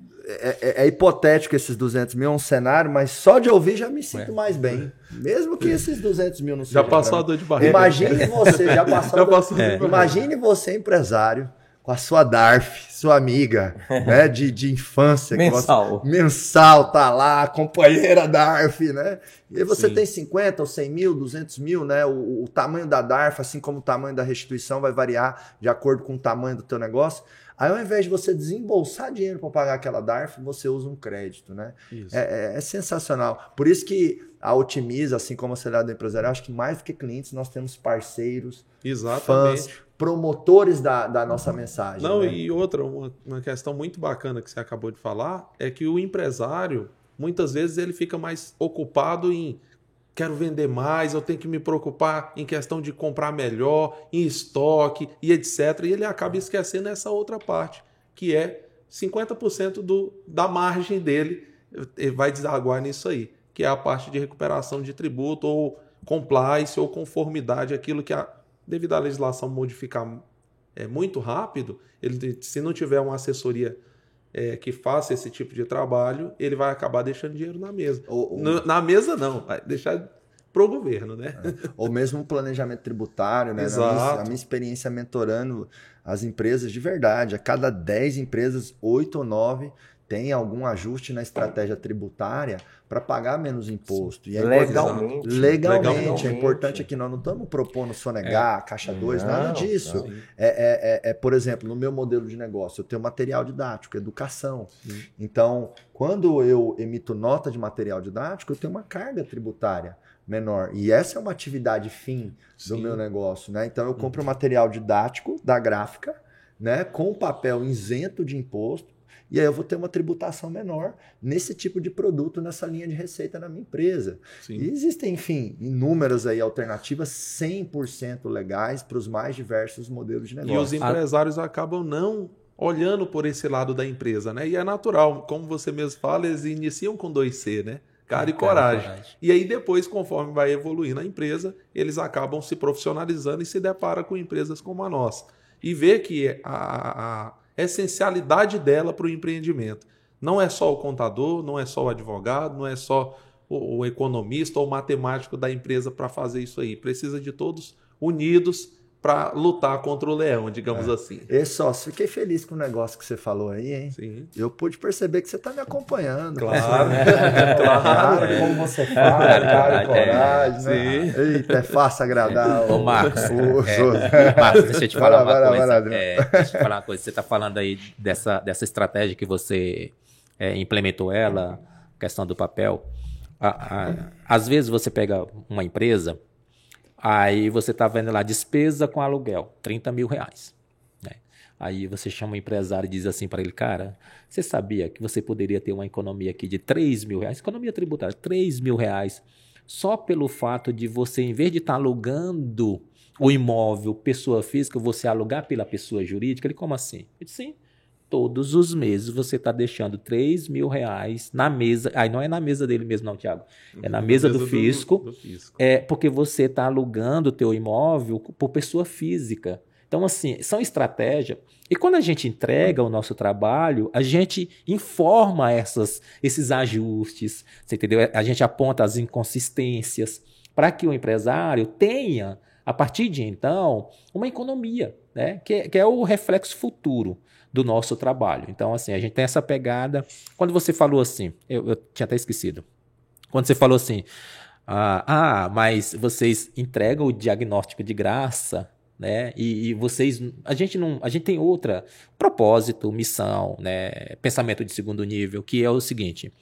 Speaker 2: É, é- é hipotético esses duzentos mil, é um cenário, mas só de ouvir já me sinto mais bem. Mesmo que esses duzentos mil não
Speaker 3: Já
Speaker 2: sejam
Speaker 3: passou
Speaker 2: pra
Speaker 3: a
Speaker 2: mim.
Speaker 3: dor de barriga.
Speaker 2: Imagine você, já passou.
Speaker 3: Já
Speaker 2: a dor-
Speaker 3: passou a dor de barriga.
Speaker 2: Imagine você, empresário, com a sua D A R F, sua amiga, né, de, de infância. que
Speaker 1: Mensal.
Speaker 2: você- mensal, tá lá, companheira da D A R F, né? E aí você
Speaker 4: Sim.
Speaker 2: tem cinquenta ou cem mil, duzentos mil, né? O, o tamanho da D A R F, assim como o tamanho da restituição, vai variar de acordo com o tamanho do teu negócio. Aí, ao invés de você desembolsar dinheiro para pagar aquela D A R F, você usa um crédito, né?
Speaker 3: Isso.
Speaker 2: É, é- é sensacional. Por isso que a Otimiza, assim como a Acelerado Empresarial, acho que mais do que clientes, nós temos parceiros,
Speaker 3: Exatamente.
Speaker 2: fãs, promotores da, da nossa mensagem.
Speaker 3: Não,
Speaker 2: né?
Speaker 3: e outra, uma, uma questão muito bacana que você acabou de falar, é que o empresário, muitas vezes, ele fica mais ocupado em quero vender mais, eu tenho que me preocupar em questão de comprar melhor, em estoque e etcétera. E ele acaba esquecendo essa outra parte, que é cinquenta por cento do, da margem dele, ele vai desaguar nisso aí, que é a parte de recuperação de tributo ou compliance ou conformidade, aquilo que a, devido à legislação modificar é, muito rápido, ele, se não tiver uma assessoria é, que faça esse tipo de trabalho, ele vai acabar deixando dinheiro na mesa.
Speaker 2: Ou, ou-
Speaker 3: No- na mesa não, vai deixar pro governo, né?
Speaker 2: ou mesmo um planejamento tributário, né? Na
Speaker 3: Exato.
Speaker 2: minha, a minha experiência mentorando as empresas de verdade, a cada dez empresas, oito ou nove tem algum ajuste na estratégia tributária para pagar menos imposto. E é
Speaker 1: Legalmente.
Speaker 2: importante, legalmente.
Speaker 1: Legalmente.
Speaker 2: É importante aqui, nós não estamos propondo sonegar, é. Caixa dois, nada
Speaker 1: Não,
Speaker 2: disso.
Speaker 1: não.
Speaker 2: É, é, é, por exemplo, no meu modelo de negócio, eu tenho material didático, educação. Sim. Então, quando eu emito nota de material didático, eu tenho uma carga tributária menor. E essa é uma atividade fim do Sim. meu negócio, né? Então, eu compro material didático da gráfica, né, com papel isento de imposto, e aí eu vou ter uma tributação menor nesse tipo de produto, nessa linha de receita na minha empresa. Sim. E existem, enfim, inúmeras aí alternativas cem por cento legais para os mais diversos modelos de negócio.
Speaker 3: E os empresários a... acabam não olhando por esse lado da empresa, né? E é natural, como você mesmo fala, eles iniciam com dois C, né? Cara e coragem. coragem. E aí depois, conforme vai evoluindo a empresa, eles acabam se profissionalizando e se deparam com empresas como a nossa. E vê que a, a essencialidade dela para o empreendimento não é só o contador, não é só o advogado, não é só o, o economista ou o matemático da empresa para fazer isso aí. Precisa de todos unidos para lutar contra o leão, digamos é. assim.
Speaker 2: E sócio, fiquei feliz com o negócio que você falou aí, hein?
Speaker 3: Sim.
Speaker 2: Eu pude perceber que você está me acompanhando.
Speaker 3: Claro,
Speaker 2: claro. claro. Como você fala, cara e coragem,
Speaker 3: é.
Speaker 2: né? Sim. Eita, é fácil agradar
Speaker 5: Ô,
Speaker 2: o...
Speaker 5: Marcos,
Speaker 2: o...
Speaker 5: é, Marcos, deixa eu te falar
Speaker 2: vai lá,
Speaker 5: uma
Speaker 2: vai
Speaker 5: coisa.
Speaker 2: lá, vai lá.
Speaker 5: É, deixa eu te falar uma coisa. Você está falando aí dessa, dessa estratégia que você é, implementou ela, questão do papel. A, a, às vezes você pega uma empresa... Aí você está vendo lá, despesa com aluguel, trinta mil reais. Né? Aí você chama o empresário e diz assim para ele, cara, você sabia que você poderia ter uma economia aqui de três mil reais, economia tributária, três mil reais, só pelo fato de você, em vez de estar tá alugando o imóvel pessoa física, você alugar pela pessoa jurídica? Ele, como assim? Eu disse, sim. Todos os meses você está deixando três mil reais na mesa. Aí não é na mesa dele mesmo, não, Thiago. É na, na mesa, mesa do, fisco, do, do fisco. É porque você está alugando o teu imóvel por pessoa física. Então, assim, são estratégias. E quando a gente entrega o nosso trabalho, a gente informa essas, esses ajustes, você entendeu? A gente aponta as inconsistências para que o empresário tenha, a partir de então, uma economia, né? que, é, que é o reflexo futuro do nosso trabalho. Então, assim, a gente tem essa pegada. Quando você falou assim, eu, eu tinha até esquecido. Quando você falou assim, ah, ah, mas vocês entregam o diagnóstico de graça, né? E, e vocês, a gente não, a gente tem outra propósito, missão, né? Pensamento de segundo nível, que é o seguinte: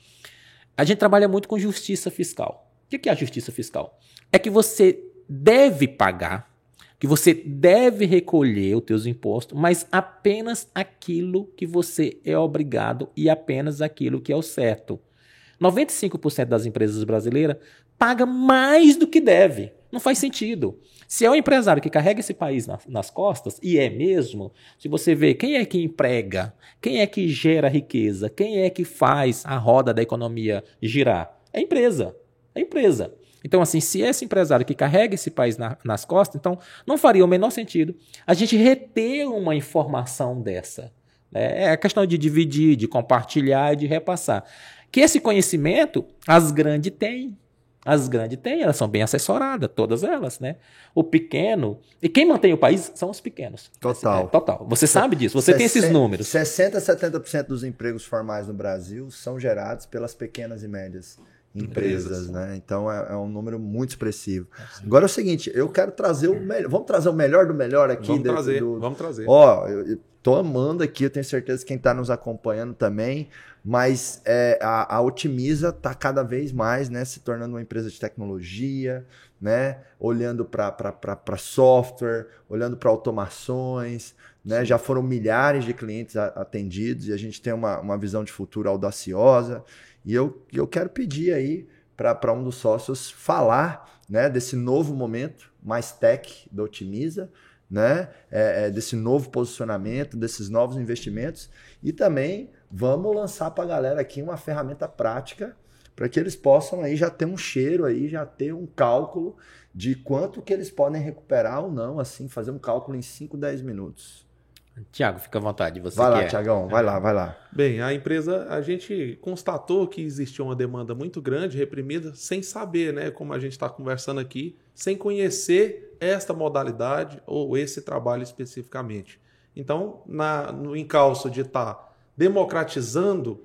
Speaker 5: a gente trabalha muito com justiça fiscal. O que é a justiça fiscal? É que você deve pagar, que você deve recolher os teus impostos, mas apenas aquilo que você é obrigado e apenas aquilo que é o certo. noventa e cinco por cento das empresas brasileiras paga mais do que deve. Não faz sentido. Se é o empresário que carrega esse país na, nas costas, e é mesmo, se você vê quem é que emprega, quem é que gera riqueza, quem é que faz a roda da economia girar, é a empresa. É a empresa. Então, assim, se esse empresário que carrega esse país na, nas costas, então não faria o menor sentido a gente reter uma informação dessa. Né? É a questão de dividir, de compartilhar e de repassar. Que esse conhecimento as grandes têm. As grandes têm, elas são bem assessoradas, todas elas, né? O pequeno... E quem mantém o país são os pequenos.
Speaker 2: Total.
Speaker 5: É, total. Você sabe disso, você tem esses números.
Speaker 2: sessenta a setenta por cento dos empregos formais no Brasil são gerados pelas pequenas e médias empresas, empresas, né? Então é, é um número muito expressivo. É, Agora é o seguinte, eu quero trazer o melhor, vamos trazer o melhor do melhor aqui.
Speaker 3: Vamos
Speaker 2: desse,
Speaker 3: trazer,
Speaker 2: do...
Speaker 3: vamos trazer.
Speaker 2: Ó, eu, eu tô amando aqui, eu tenho certeza que quem está nos acompanhando também, mas é, a, a Otimiza está cada vez mais, né, se tornando uma empresa de tecnologia, né, olhando para software, olhando para automações, né, já foram milhares de clientes atendidos e a gente tem uma, uma visão de futuro audaciosa. E eu, eu quero pedir aí para um dos sócios falar, né, desse novo momento, mais tech da Otimiza, né, é, é, desse novo posicionamento, desses novos investimentos. E também vamos lançar para a galera aqui uma ferramenta prática para que eles possam aí já ter um cheiro, aí, já ter um cálculo de quanto que eles podem recuperar ou não, assim, fazer um cálculo em cinco, dez minutos.
Speaker 5: Tiago, fica à vontade. Você
Speaker 2: vai lá,
Speaker 5: quer.
Speaker 2: Tiagão, vai lá, vai lá.
Speaker 3: Bem, a empresa, a gente constatou que existia uma demanda muito grande, reprimida, sem saber, né, como a gente está conversando aqui, sem conhecer esta modalidade ou esse trabalho especificamente. Então, na, no encalço de estar tá democratizando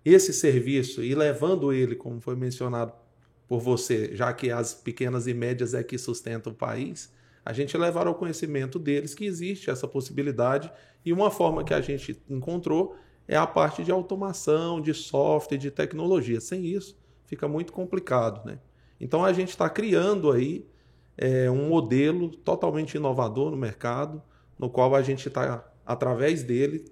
Speaker 3: esse serviço e levando ele, como foi mencionado por você, já que as pequenas e médias é que sustentam o país, a gente levar ao conhecimento deles que existe essa possibilidade e uma forma que a gente encontrou é a parte de automação, de software, de tecnologia. Sem isso, fica muito complicado, né? Então, a gente está criando aí é, um modelo totalmente inovador no mercado, no qual a gente está, através dele,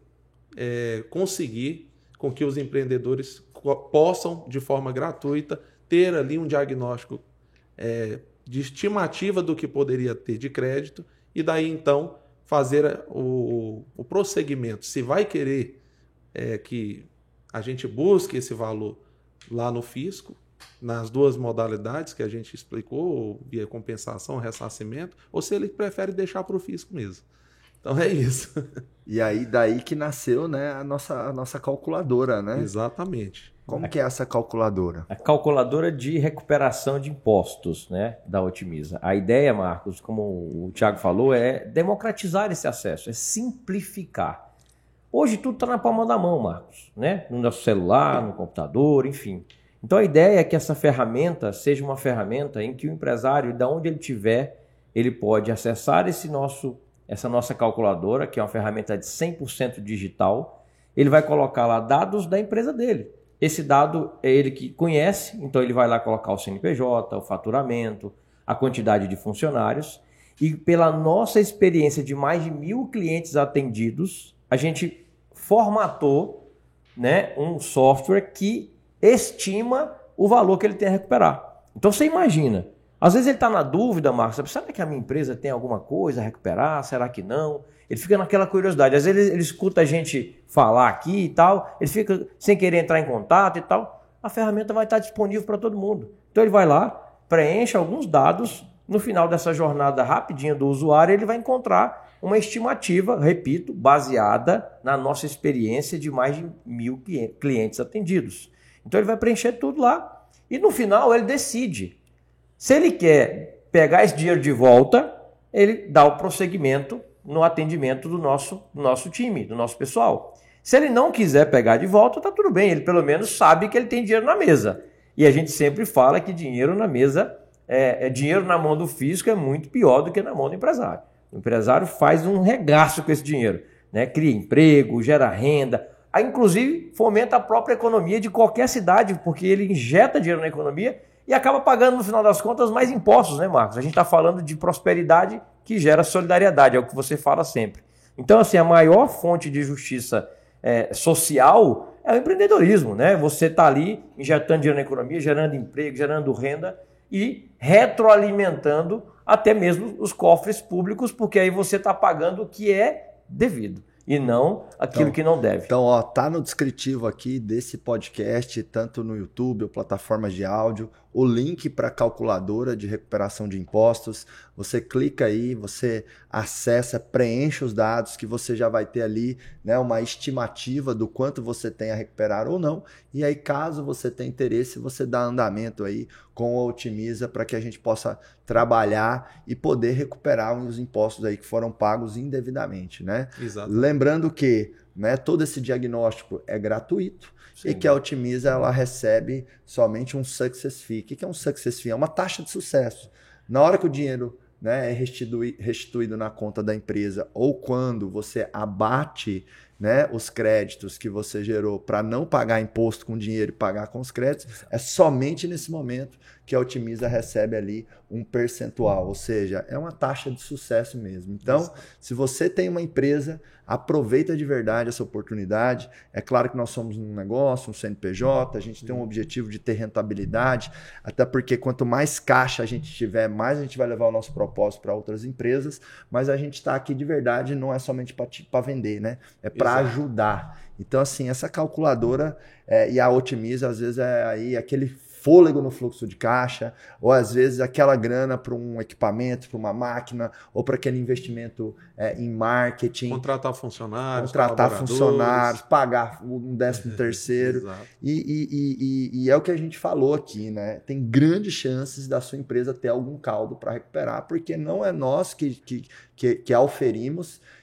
Speaker 3: é, conseguir com que os empreendedores possam, de forma gratuita, ter ali um diagnóstico é, de estimativa do que poderia ter de crédito e daí, então, fazer o, o prosseguimento. Se vai querer é, que a gente busque esse valor lá no fisco, nas duas modalidades que a gente explicou, via compensação, ressarcimento, ou se ele prefere deixar para o fisco mesmo. Então é isso.
Speaker 2: E aí, daí que nasceu, né, a nossa, a nossa calculadora, né?
Speaker 3: Exatamente.
Speaker 2: Como que é essa calculadora?
Speaker 1: A calculadora de recuperação de impostos, né, da Otimiza. A ideia, Marcos, como o Thiago falou, é democratizar esse acesso, é simplificar. Hoje tudo está na palma da mão, Marcos, né? No nosso celular, no computador, enfim. Então a ideia é que essa ferramenta seja uma ferramenta em que o empresário, de onde ele estiver, ele pode acessar esse nosso, essa nossa calculadora, que é uma ferramenta de cem por cento digital. Ele vai colocar lá dados da empresa dele. Esse dado é ele que conhece, então ele vai lá colocar o C N P J, o faturamento, a quantidade de funcionários. E pela nossa experiência de mais de mil clientes atendidos, a gente formatou, né, um software que estima o valor que ele tem a recuperar. Então você imagina, às vezes ele está na dúvida, Marcos, será que a minha empresa tem alguma coisa a recuperar? Será que não? Ele fica naquela curiosidade. Às vezes ele, ele escuta a gente falar aqui e tal, ele fica sem querer entrar em contato e tal. A ferramenta vai estar disponível para todo mundo. Então ele vai lá, preenche alguns dados, no final dessa jornada rapidinha do usuário, ele vai encontrar uma estimativa, repito, baseada na nossa experiência de mais de mil clientes atendidos. Então ele vai preencher tudo lá e no final ele decide. Se ele quer pegar esse dinheiro de volta, ele dá o prosseguimento no atendimento do nosso, do nosso time, do nosso pessoal. Se ele não quiser pegar de volta, tá tudo bem, ele pelo menos sabe que ele tem dinheiro na mesa. E a gente sempre fala que dinheiro na mesa, é, é dinheiro na mão do fisco é muito pior do que na mão do empresário. O empresário faz um regaço com esse dinheiro, né? Cria emprego, gera renda, aí, inclusive fomenta a própria economia de qualquer cidade, porque ele injeta dinheiro na economia e acaba pagando, no final das contas, mais impostos, né, Marcos? A gente está falando de prosperidade que gera solidariedade, é o que você fala sempre. Então, assim, a maior fonte de justiça é, social é o empreendedorismo, né? Você está ali injetando dinheiro na economia, gerando emprego, gerando renda e retroalimentando até mesmo os cofres públicos, porque aí você está pagando o que é devido e não aquilo
Speaker 2: então,
Speaker 1: que não deve.
Speaker 2: Então, ó, tá no descritivo aqui desse podcast, tanto no YouTube ou plataformas de áudio, o link para a calculadora de recuperação de impostos. Você clica aí, você acessa, preenche os dados que você já vai ter ali, né, uma estimativa do quanto você tem a recuperar ou não. E aí, caso você tenha interesse, você dá andamento aí com a Otimiza para que a gente possa trabalhar e poder recuperar os impostos aí que foram pagos indevidamente, né?
Speaker 3: Exato.
Speaker 2: Lembrando que, né, todo esse diagnóstico é gratuito. Sim. E que a Otimiza ela recebe somente um success fee. O que é um success fee? É uma taxa de sucesso. Na hora que o dinheiro, né, é restitui, restituído na conta da empresa ou quando você abate, né, os créditos que você gerou para não pagar imposto com dinheiro e pagar com os créditos, é somente nesse momento que a Otimiza recebe ali um percentual, ou seja, é uma taxa de sucesso mesmo. Então, Exato. Se você tem uma empresa, aproveita de verdade essa oportunidade. É claro que nós somos um negócio, um C N P J, a gente tem um objetivo de ter rentabilidade, até porque quanto mais caixa a gente tiver, mais a gente vai levar o nosso propósito para outras empresas, mas a gente está aqui de verdade, não é somente para vender, né? É para ajudar. Então, assim, essa calculadora é, e a Otimiza, às vezes, é aí aquele fôlego no fluxo de caixa, ou às vezes aquela grana para um equipamento, para uma máquina, ou para aquele investimento é, em marketing.
Speaker 3: Contratar funcionários,
Speaker 2: contratar funcionários, pagar um décimo terceiro. e, e, e, e é o que a gente falou aqui, né? Tem grandes chances da sua empresa ter algum caldo para recuperar, porque não é nós que, que, que, que auferimos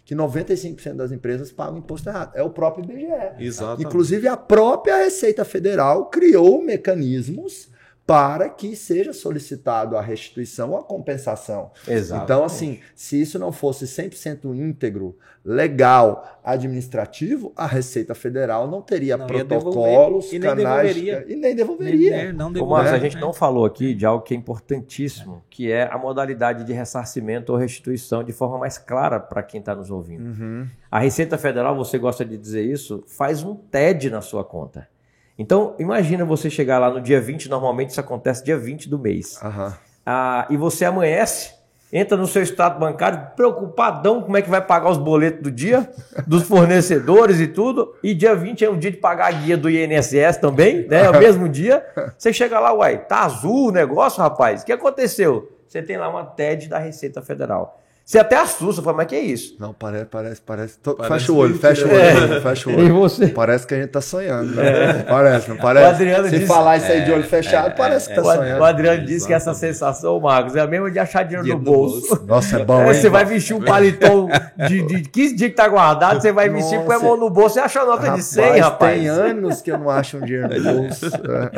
Speaker 2: que noventa e cinco por cento das empresas pagam imposto errado. É o próprio I B G E.
Speaker 3: Exatamente.
Speaker 2: Inclusive, a própria Receita Federal criou mecanismos para que seja solicitado a restituição ou a compensação.
Speaker 1: Exato.
Speaker 2: Então, assim, se isso não fosse cem por cento íntegro, legal, administrativo, a Receita Federal não teria
Speaker 4: Não ia
Speaker 2: protocolos,
Speaker 4: devolver, e nem
Speaker 2: canais...
Speaker 4: devolveria.
Speaker 2: E nem devolveria.
Speaker 4: Nem- Não
Speaker 1: Ô,
Speaker 4: devolve,
Speaker 1: Marcos, a
Speaker 4: né?
Speaker 1: gente não falou aqui de algo que é importantíssimo, que é a modalidade de ressarcimento ou restituição de forma mais clara para quem está nos ouvindo.
Speaker 2: Uhum.
Speaker 1: A Receita Federal, você gosta de dizer isso, faz um T E D na sua conta. Então, imagina você chegar lá no dia vinte, normalmente isso acontece dia vinte do mês.
Speaker 2: Aham.
Speaker 1: Ah, e você amanhece, entra no seu extrato bancário, preocupadão como é que vai pagar os boletos do dia, dos fornecedores e tudo, e dia vinte é o dia de pagar a guia do I N S S também, né? É o mesmo dia. Você chega lá, uai, tá azul o negócio, rapaz? O que aconteceu? Você tem lá uma T E D da Receita Federal. Você até assusta, fala, mas que é isso?
Speaker 2: Não, parece, parece, parece. Tô-
Speaker 3: Parece
Speaker 2: fecha o olho,
Speaker 3: mentira.
Speaker 2: fecha o olho, fecha o
Speaker 1: E
Speaker 2: olho.
Speaker 1: você?
Speaker 2: Parece que a gente tá sonhando, né? Parece, não parece?
Speaker 1: O Adriano
Speaker 2: Se
Speaker 1: disse-
Speaker 2: falar isso aí de olho fechado, parece que tá
Speaker 1: O Ad-
Speaker 2: sonhando.
Speaker 1: o Adriano disse que essa sensação, Marcos, é a mesma de achar dinheiro,
Speaker 3: Dinheiro
Speaker 1: no
Speaker 3: no
Speaker 1: bolso.
Speaker 2: Nossa, é bom,
Speaker 1: É,
Speaker 2: hein?
Speaker 1: você vai vestir um paletó de, de quinze dias que tá guardado, você vai vestir, põe a mão no bolso e acha a nota de cem, rapaz.
Speaker 2: Tem anos que eu não acho um dinheiro no bolso.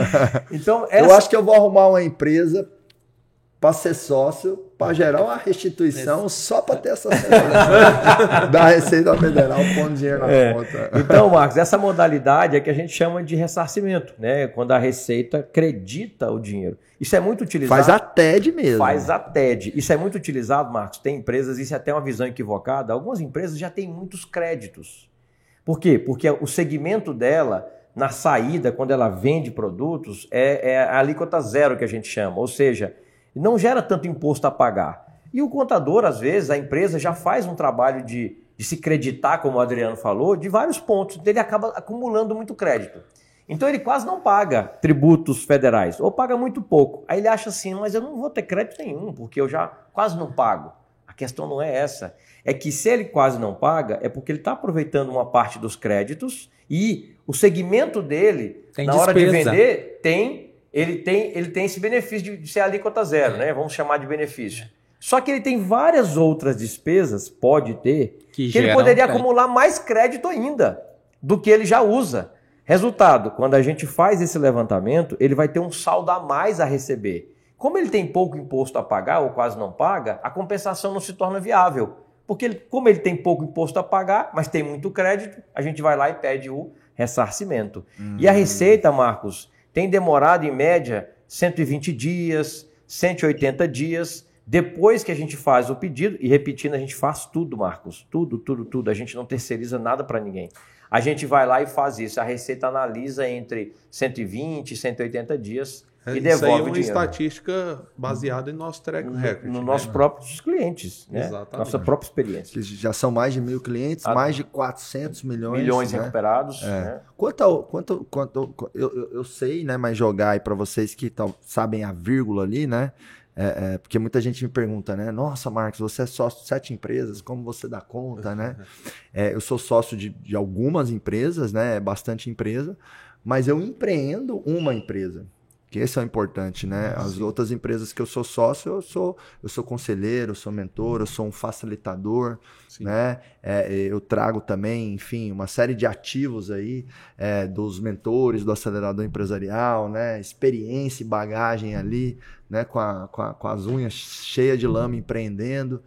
Speaker 1: Então,
Speaker 2: Eu
Speaker 1: essa...
Speaker 2: acho que eu vou arrumar uma empresa para ser sócio, para gerar uma restituição só para ter essa sensação da Receita Federal pondo dinheiro na
Speaker 1: É.
Speaker 2: conta.
Speaker 1: Então, Marcos, essa modalidade é que a gente chama de ressarcimento, né? Quando a Receita acredita o dinheiro. Isso é muito utilizado.
Speaker 2: Faz a T E D mesmo.
Speaker 1: Faz a T E D. Isso é muito utilizado, Marcos. Tem empresas, isso é até uma visão equivocada. Algumas empresas já têm muitos créditos. Por quê? Porque o segmento dela, na saída, quando ela vende produtos, é, é a alíquota zero que a gente chama. Ou seja, não gera tanto imposto a pagar. E o contador, às vezes, a empresa já faz um trabalho de, de se creditar, como o Adriano falou, de vários pontos. Então, ele acaba acumulando muito crédito. Então, ele quase não paga tributos federais, ou paga muito pouco. Aí ele acha assim, mas eu não vou ter crédito nenhum, porque eu já quase não pago. A questão não é essa. É que se ele quase não paga, é porque ele está aproveitando uma parte dos créditos e o segmento dele,
Speaker 5: Tem
Speaker 1: na hora de
Speaker 5: despesa.
Speaker 1: vender, tem... Ele tem, ele tem esse benefício de, de ser alíquota zero, né? Vamos chamar de benefício. Só que ele tem várias outras despesas, pode ter,
Speaker 5: Que
Speaker 1: que, ele
Speaker 5: geram
Speaker 1: poderia
Speaker 5: crédito.
Speaker 1: acumular mais crédito ainda do que ele já usa. Resultado, quando a gente faz esse levantamento, ele vai ter um saldo a mais a receber. Como ele tem pouco imposto a pagar ou quase não paga, a compensação não se torna viável. Porque ele, como ele tem pouco imposto a pagar, mas tem muito crédito, a gente vai lá e pede o ressarcimento. Hum. E a Receita, Marcos, tem demorado, em média, cento e vinte dias, cento e oitenta dias, depois que a gente faz o pedido, e repetindo, a gente faz tudo, Marcos, tudo, tudo, tudo, a gente não terceiriza nada para ninguém. A gente vai lá e faz isso, a Receita analisa entre cento e vinte e cento e oitenta dias e
Speaker 3: Isso
Speaker 1: devolve
Speaker 3: aí é
Speaker 1: o
Speaker 3: uma
Speaker 1: dinheiro.
Speaker 3: estatística baseada em nosso track record.
Speaker 1: No
Speaker 3: né?
Speaker 1: nossos próprios clientes, né?
Speaker 3: Exatamente.
Speaker 1: Nossa própria experiência.
Speaker 2: Que já são mais de mil clientes,
Speaker 1: Ah,
Speaker 2: mais de quatrocentos milhões.
Speaker 1: Milhões
Speaker 2: né?
Speaker 1: recuperados.
Speaker 2: É.
Speaker 1: Né?
Speaker 2: Quanto, ao, quanto, quanto eu, eu, eu sei, né? Mas jogar aí para vocês que tão, sabem a vírgula ali, né? É, é, porque muita gente me pergunta, né? Nossa, Marcos, você é sócio de sete empresas, como você dá conta, né? É, eu sou sócio de, de algumas empresas, né? Bastante empresa, mas eu empreendo uma empresa. Que esse é o importante, né? As Sim. outras empresas que eu sou sócio, eu sou, eu sou conselheiro, eu sou mentor, eu sou um facilitador, Sim. né? É, eu trago também, enfim, uma série de ativos aí é, dos mentores, do acelerador empresarial, né? Experiência e bagagem ali, né? Com, a, com, a, com as unhas cheias de lama empreendendo.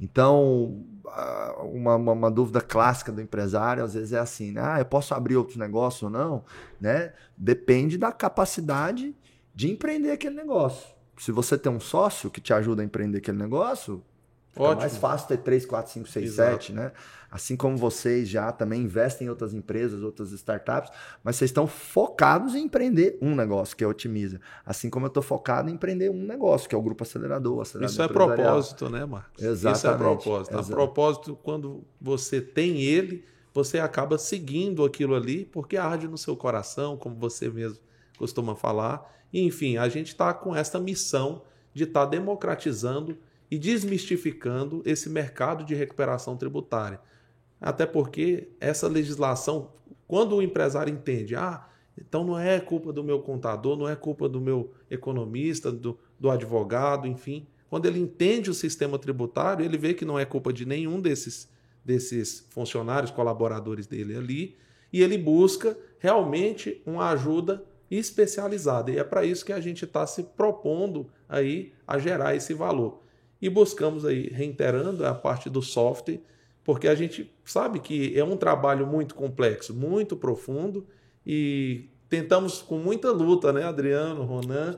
Speaker 2: Então, uma, uma, uma dúvida clássica do empresário, às vezes é assim, né? Ah, eu posso abrir outro negócio ou não? Né? Depende da capacidade de empreender aquele negócio. Se você tem um sócio que te ajuda a empreender aquele negócio, fica
Speaker 3: Ótimo.
Speaker 2: mais fácil ter três, quatro, cinco, seis, sete, né? Assim como vocês já também investem em outras empresas, outras startups, mas vocês estão focados em empreender um negócio, que é Otimiza. Assim como eu estou focado em empreender um negócio, que é o Grupo Acelerador. O acelerador
Speaker 3: Isso é
Speaker 2: empresarial.
Speaker 3: propósito, né, Marcos?
Speaker 2: Exatamente.
Speaker 3: Isso é propósito.
Speaker 2: Exato.
Speaker 3: A propósito, quando você tem ele, você acaba seguindo aquilo ali, porque arde no seu coração, como você mesmo costuma falar. Enfim, a gente está com essa missão de estar tá democratizando e desmistificando esse mercado de recuperação tributária. Até porque essa legislação, quando o empresário entende, ah, então não é culpa do meu contador, não é culpa do meu economista, do, do advogado, enfim. Quando ele entende o sistema tributário, ele vê que não é culpa de nenhum desses, desses funcionários, colaboradores dele ali, e ele busca realmente uma ajuda especializada. E é para isso que a gente está se propondo aí a gerar esse valor. E buscamos aí, reiterando, a parte do software, porque a gente sabe que é um trabalho muito complexo, muito profundo, e tentamos com muita luta, né, Adriano, Ronan,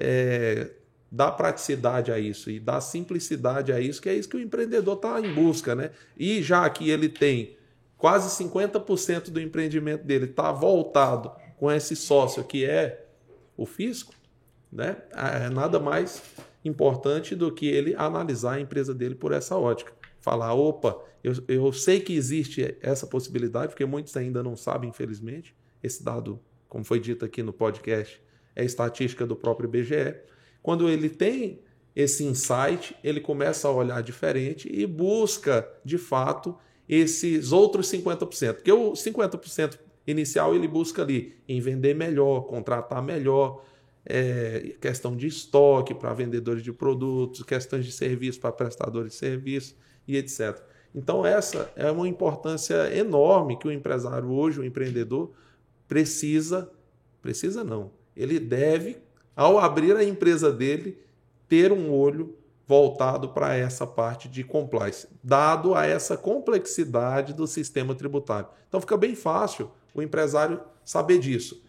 Speaker 3: é, dar praticidade a isso e dar simplicidade a isso, que é isso que o empreendedor está em busca, né? E já que ele tem quase cinquenta por cento do empreendimento dele está voltado com esse sócio que é o fisco, né? É nada mais importante do que ele analisar a empresa dele por essa ótica. Falar, opa, eu, eu sei que existe essa possibilidade, porque muitos ainda não sabem, infelizmente. Esse dado, como foi dito aqui no podcast, é estatística do próprio I B G E. Quando ele tem esse insight, ele começa a olhar diferente e busca, de fato, esses outros cinquenta por cento. Porque o cinquenta por cento inicial ele busca ali em vender melhor, contratar melhor, é, questão de estoque para vendedores de produtos, questões de serviço para prestadores de serviço e etcétera. Então essa é uma importância enorme que o empresário hoje, o empreendedor, precisa, precisa não, ele deve, ao abrir a empresa dele, ter um olho voltado para essa parte de compliance, dado a essa complexidade do sistema tributário. Então fica bem fácil o empresário saber disso.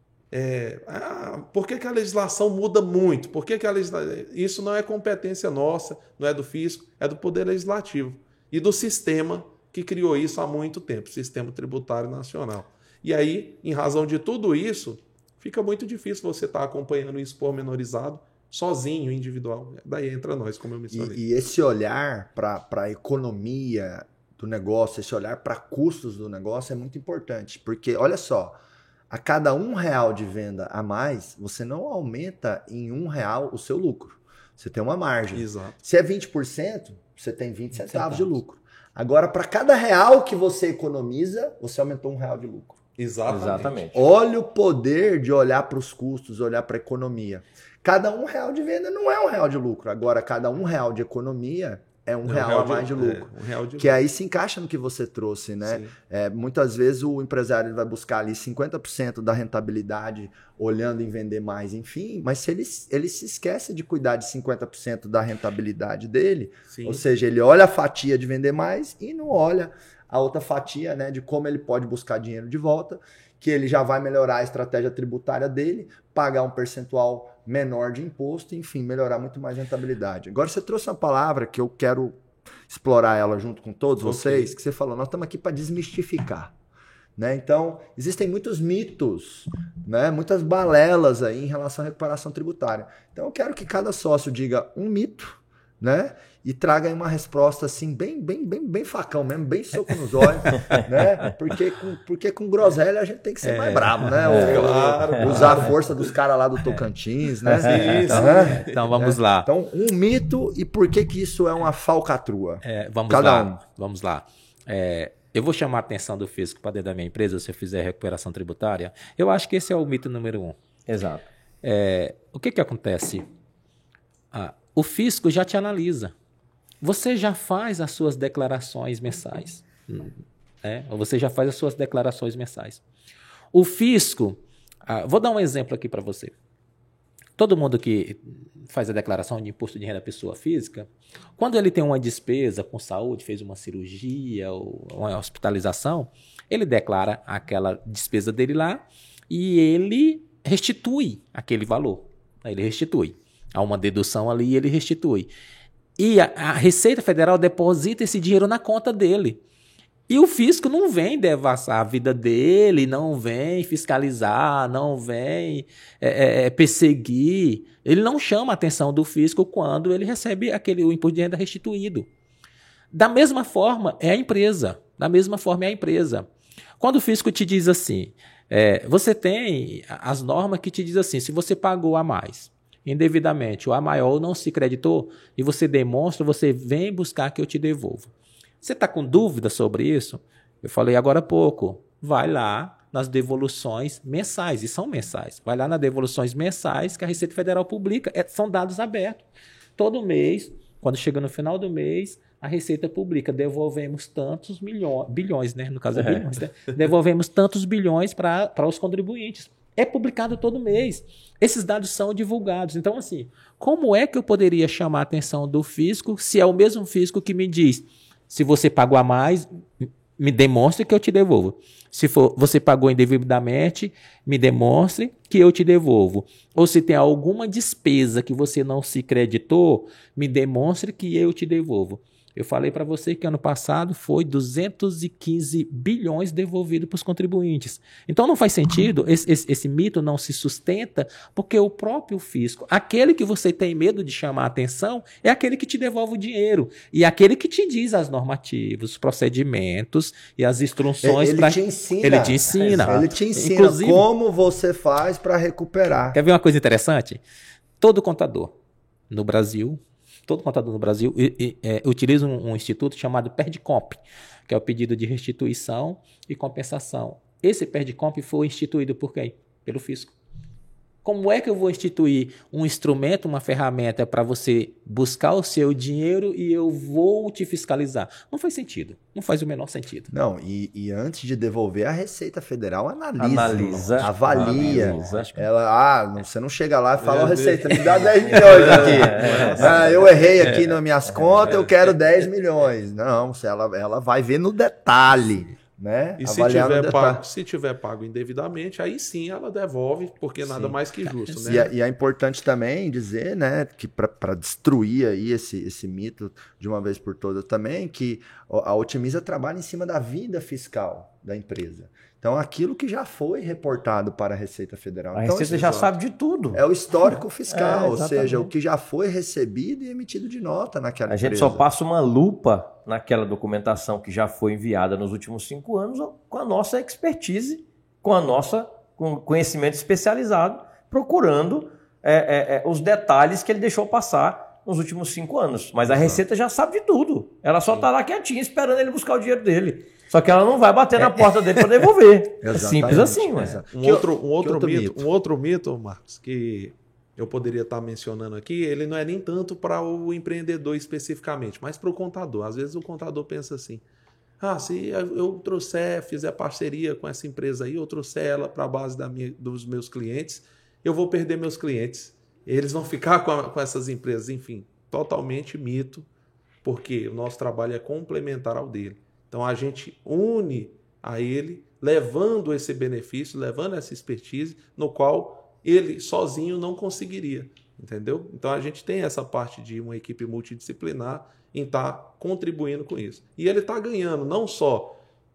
Speaker 3: É, ah, por que, que a legislação muda muito? Por que, que a legislação... Isso não é competência nossa, não é do fisco, é do Poder Legislativo e do sistema que criou isso há muito tempo, o Sistema Tributário Nacional. E aí, em razão de tudo isso, fica muito difícil você estar acompanhando isso pormenorizado, sozinho, individual. Daí entra nós, como eu mencionei.
Speaker 2: E, e esse olhar para a economia do negócio, esse olhar para custos do negócio é muito importante, porque, olha só, a cada um real de venda a mais, você não aumenta em um real o seu lucro. Você tem uma margem.
Speaker 3: Exato.
Speaker 2: Se é vinte por cento, você tem vinte centavos de lucro. Agora, para cada real que você economiza, você aumentou um real de lucro.
Speaker 3: Exatamente.
Speaker 1: Exatamente.
Speaker 2: Olha o poder de olhar para os custos, olhar para a economia. Cada um real de venda não é um real de lucro. Agora, cada um real de economia é um,
Speaker 3: É um
Speaker 2: real,
Speaker 3: real
Speaker 2: a mais
Speaker 3: de-
Speaker 2: de lucro.
Speaker 3: é, um real de
Speaker 2: Que aí se encaixa no que você trouxe, né?
Speaker 3: Sim.
Speaker 2: É, muitas vezes o empresário ele vai buscar ali cinquenta por cento da rentabilidade olhando em vender mais, enfim, mas se ele, ele se esquece de cuidar de cinquenta por cento da rentabilidade dele,
Speaker 3: Sim.
Speaker 2: ou seja, ele olha a fatia de vender mais e não olha a outra fatia, né, de como ele pode buscar dinheiro de volta, que ele já vai melhorar a estratégia tributária dele, pagar um percentual menor de imposto, enfim, melhorar muito mais a rentabilidade. Agora você trouxe uma palavra que eu quero explorar ela junto com todos
Speaker 3: Ok.
Speaker 2: vocês, que você falou, nós estamos aqui para desmistificar. Né? Então, existem muitos mitos, né? Muitas balelas aí em relação à recuperação tributária. Então, eu quero que cada sócio diga um mito, né? E traga aí uma resposta assim, bem, bem, bem, bem facão mesmo, bem soco nos olhos, né? Porque com, porque com groselha a gente tem que ser mais bravo, né?
Speaker 3: É,
Speaker 2: O-
Speaker 3: claro,
Speaker 2: usar a força dos caras lá do Tocantins, né?
Speaker 3: Sim,
Speaker 2: Então,
Speaker 3: sim.
Speaker 2: né?
Speaker 5: Então vamos lá.
Speaker 2: Então, um mito e por que que isso é uma falcatrua?
Speaker 5: É, vamos
Speaker 2: Cada
Speaker 5: lá.
Speaker 2: um.
Speaker 5: Vamos lá. É, eu vou chamar a atenção do fisco para dentro da minha empresa se eu fizer recuperação tributária. Eu acho que esse é o mito número um.
Speaker 1: Exato.
Speaker 5: É, o que, que acontece? Ah, o fisco já te analisa. Você já faz as suas declarações mensais. Né? Ou você já faz as suas declarações mensais. O fisco, ah, vou dar um exemplo aqui para você. Todo mundo que faz a declaração de imposto de renda da pessoa física, quando ele tem uma despesa com saúde, fez uma cirurgia ou uma hospitalização, ele declara aquela despesa dele lá e ele restitui aquele valor. Ele restitui. Há uma dedução ali e ele restitui. E a, a Receita Federal deposita esse dinheiro na conta dele. E o fisco não vem devassar a vida dele, não vem fiscalizar, não vem é, é, perseguir. Ele não chama a atenção do fisco quando ele recebe aquele, o imposto de renda restituído. Da mesma forma é a empresa. Da mesma forma é a empresa. Quando o fisco te diz assim, é, você tem as normas que te dizem assim, se você pagou a mais indevidamente, o A maior não se creditou, e você demonstra, você vem buscar que eu te devolvo. Você está com dúvida sobre isso? Eu falei agora há pouco. Vai lá nas devoluções mensais, e são mensais. Vai lá nas devoluções mensais que a Receita Federal publica. É, são dados abertos. Todo mês, quando chega no final do mês, a Receita publica, devolvemos tantos milhões, bilhões, né? No caso é bilhões, né? Devolvemos tantos bilhões para os contribuintes. É publicado todo mês. Esses dados são divulgados. Então, assim, como é que eu poderia chamar a atenção do fisco se é o mesmo fisco que me diz, se você pagou a mais, me demonstre que eu te devolvo. Se for, você pagou indevidamente, me demonstre que eu te devolvo. Ou se tem alguma despesa que você não se creditou, me demonstre que eu te devolvo. Eu falei para você que ano passado foi duzentos e quinze bilhões devolvido para os contribuintes. Então não faz sentido, esse, esse, esse mito não se sustenta, porque o próprio fisco, aquele que você tem medo de chamar a atenção, é aquele que te devolve o dinheiro. E aquele que te diz as normativas, os procedimentos e as instruções.
Speaker 2: Ele
Speaker 5: pra...
Speaker 2: te ensina.
Speaker 5: Ele te ensina.
Speaker 2: Ele te ensina
Speaker 5: Inclusive,
Speaker 2: como você faz para recuperar.
Speaker 5: Quer ver uma coisa interessante? Todo contador no Brasil... Todo contador no Brasil e, e, é, utiliza um, um instituto chamado PERDCOMP, que é o pedido de restituição e compensação. Esse PERDCOMP foi instituído por quem? Pelo fisco. Como é que eu vou instituir um instrumento, uma ferramenta para você buscar o seu dinheiro e eu vou te fiscalizar? Não faz sentido. Não faz o menor sentido.
Speaker 2: Não, e, e antes de devolver, a Receita Federal analisa,
Speaker 1: Analisa,
Speaker 2: avalia.
Speaker 1: analisa.
Speaker 2: Ela, ah, não, você não chega lá e fala,
Speaker 3: É,
Speaker 2: ó, Receita, me dá dez milhões aqui. Ah, eu errei aqui nas minhas contas, eu quero dez milhões. Não, ela, ela vai ver no detalhe. Né?
Speaker 3: E se tiver, pago, se tiver pago indevidamente, aí sim ela devolve, porque nada
Speaker 1: Sim.
Speaker 3: mais que justo. Né?
Speaker 2: E, é, e é importante também dizer, né, que para destruir aí esse, esse mito de uma vez por todas também, que a Otimiza trabalha em cima da vida fiscal da empresa. Então, aquilo que já foi reportado para a Receita Federal.
Speaker 1: A
Speaker 2: então,
Speaker 1: Receita
Speaker 2: isso
Speaker 1: já sabe de tudo.
Speaker 2: é o histórico fiscal,
Speaker 1: É,
Speaker 2: ou seja,
Speaker 1: exatamente.
Speaker 2: o que já foi recebido e emitido de nota naquela
Speaker 1: A
Speaker 2: empresa.
Speaker 1: gente só passa uma lupa naquela documentação que já foi enviada nos últimos cinco anos com a nossa expertise, com a nossa com conhecimento especializado, procurando é, é, é, os detalhes que ele deixou passar nos últimos cinco anos. Mas a Receita já sabe de tudo. Ela só está lá quietinha esperando ele buscar o dinheiro dele. Só que ela não vai bater na porta dele para devolver. É simples assim, mas...
Speaker 2: Exato.
Speaker 3: Um
Speaker 2: Que
Speaker 3: outro, um outro,
Speaker 2: outro
Speaker 3: mito,
Speaker 2: mito?
Speaker 3: um outro mito, Marcos, que eu poderia estar mencionando aqui, ele não é nem tanto para o empreendedor especificamente, mas para o contador. Às vezes o contador pensa assim, ah, se eu trouxer, fizer parceria com essa empresa aí, eu trouxer ela para a base da minha, dos meus clientes, eu vou perder meus clientes. Eles vão ficar com, a, com essas empresas. Enfim, totalmente mito, porque o nosso trabalho é complementar ao dele. Então a gente une a ele, levando esse benefício, levando essa expertise, no qual ele sozinho não conseguiria, entendeu? Então a gente tem essa parte de uma equipe multidisciplinar em estar contribuindo com isso. E ele está ganhando não só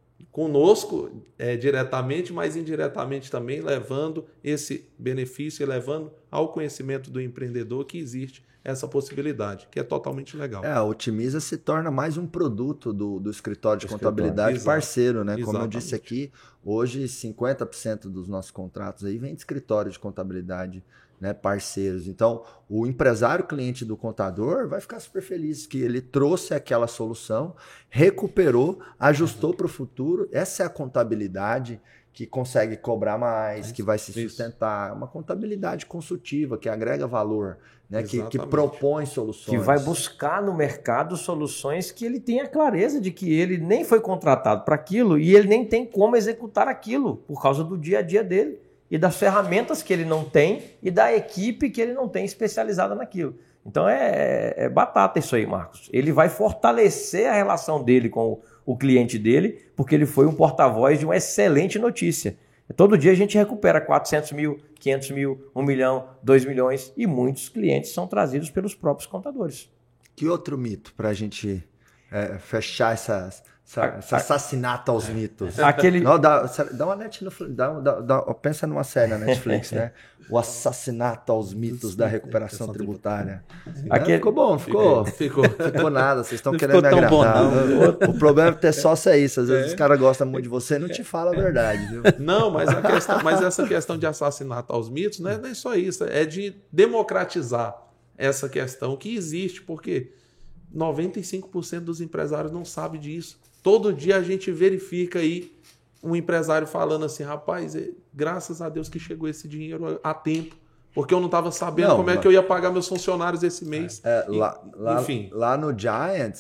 Speaker 3: conosco é, diretamente, mas indiretamente também, levando esse benefício e levando ao conhecimento do empreendedor que existe essa possibilidade, que é totalmente legal.
Speaker 2: É, a Otimiza se torna mais um produto do, do escritório de
Speaker 1: Escritório.
Speaker 2: contabilidade
Speaker 3: Exato.
Speaker 2: parceiro, né? Como eu
Speaker 3: Exatamente.
Speaker 2: disse aqui, hoje cinquenta por cento dos nossos contratos aí vem de escritório de contabilidade, né, parceiros. Então, o empresário cliente do contador vai ficar super feliz que ele trouxe aquela solução, recuperou, ajustou para o futuro. Essa é a contabilidade que consegue cobrar mais, que vai se sustentar. Uma contabilidade consultiva, que agrega valor, né? que, que
Speaker 3: Exatamente.
Speaker 2: propõe soluções.
Speaker 1: Que vai buscar no mercado soluções que ele tenha clareza de que ele nem foi contratado para aquilo e ele nem tem como executar aquilo por causa do dia a dia dele e das ferramentas que ele não tem e da equipe que ele não tem especializada naquilo. Então é, é batata isso aí, Marcos. Ele vai fortalecer a relação dele com o, o cliente dele, porque ele foi um porta-voz de uma excelente notícia. Todo dia a gente recupera quatrocentos mil, quinhentos mil, um milhão, dois milhões e muitos clientes são trazidos pelos próprios contadores.
Speaker 2: Que outro mito para a gente é, fechar essa, essa, esse assassinato aos mitos?
Speaker 1: Aquele...
Speaker 2: Não, dá, dá uma net no, dá, dá, dá, pensa numa série na Netflix, né? O assassinato aos mitos da recuperação tributária.
Speaker 1: Aquele...
Speaker 2: Né? Ficou bom, ficou.
Speaker 3: Ficou.
Speaker 2: Ficou nada, vocês estão
Speaker 5: Não
Speaker 2: querendo me
Speaker 5: ficou tão
Speaker 2: agradar.
Speaker 5: bom,
Speaker 2: O, o problema é ter sócio é isso. Às vezes os caras gostam muito de você e não te falam a verdade, viu?
Speaker 3: Não, mas, a questão, mas essa questão de assassinato aos mitos não é, não é só isso, é de democratizar essa questão que existe, porque noventa e cinco por cento dos empresários não sabem disso. Todo dia a gente verifica aí um empresário falando assim, rapaz, graças a Deus que chegou esse dinheiro a tempo, porque eu não estava sabendo
Speaker 2: Não,
Speaker 3: como é
Speaker 2: mas...
Speaker 3: que eu ia pagar meus funcionários esse mês.
Speaker 2: É, lá, lá,
Speaker 3: Enfim.
Speaker 2: lá no Giants,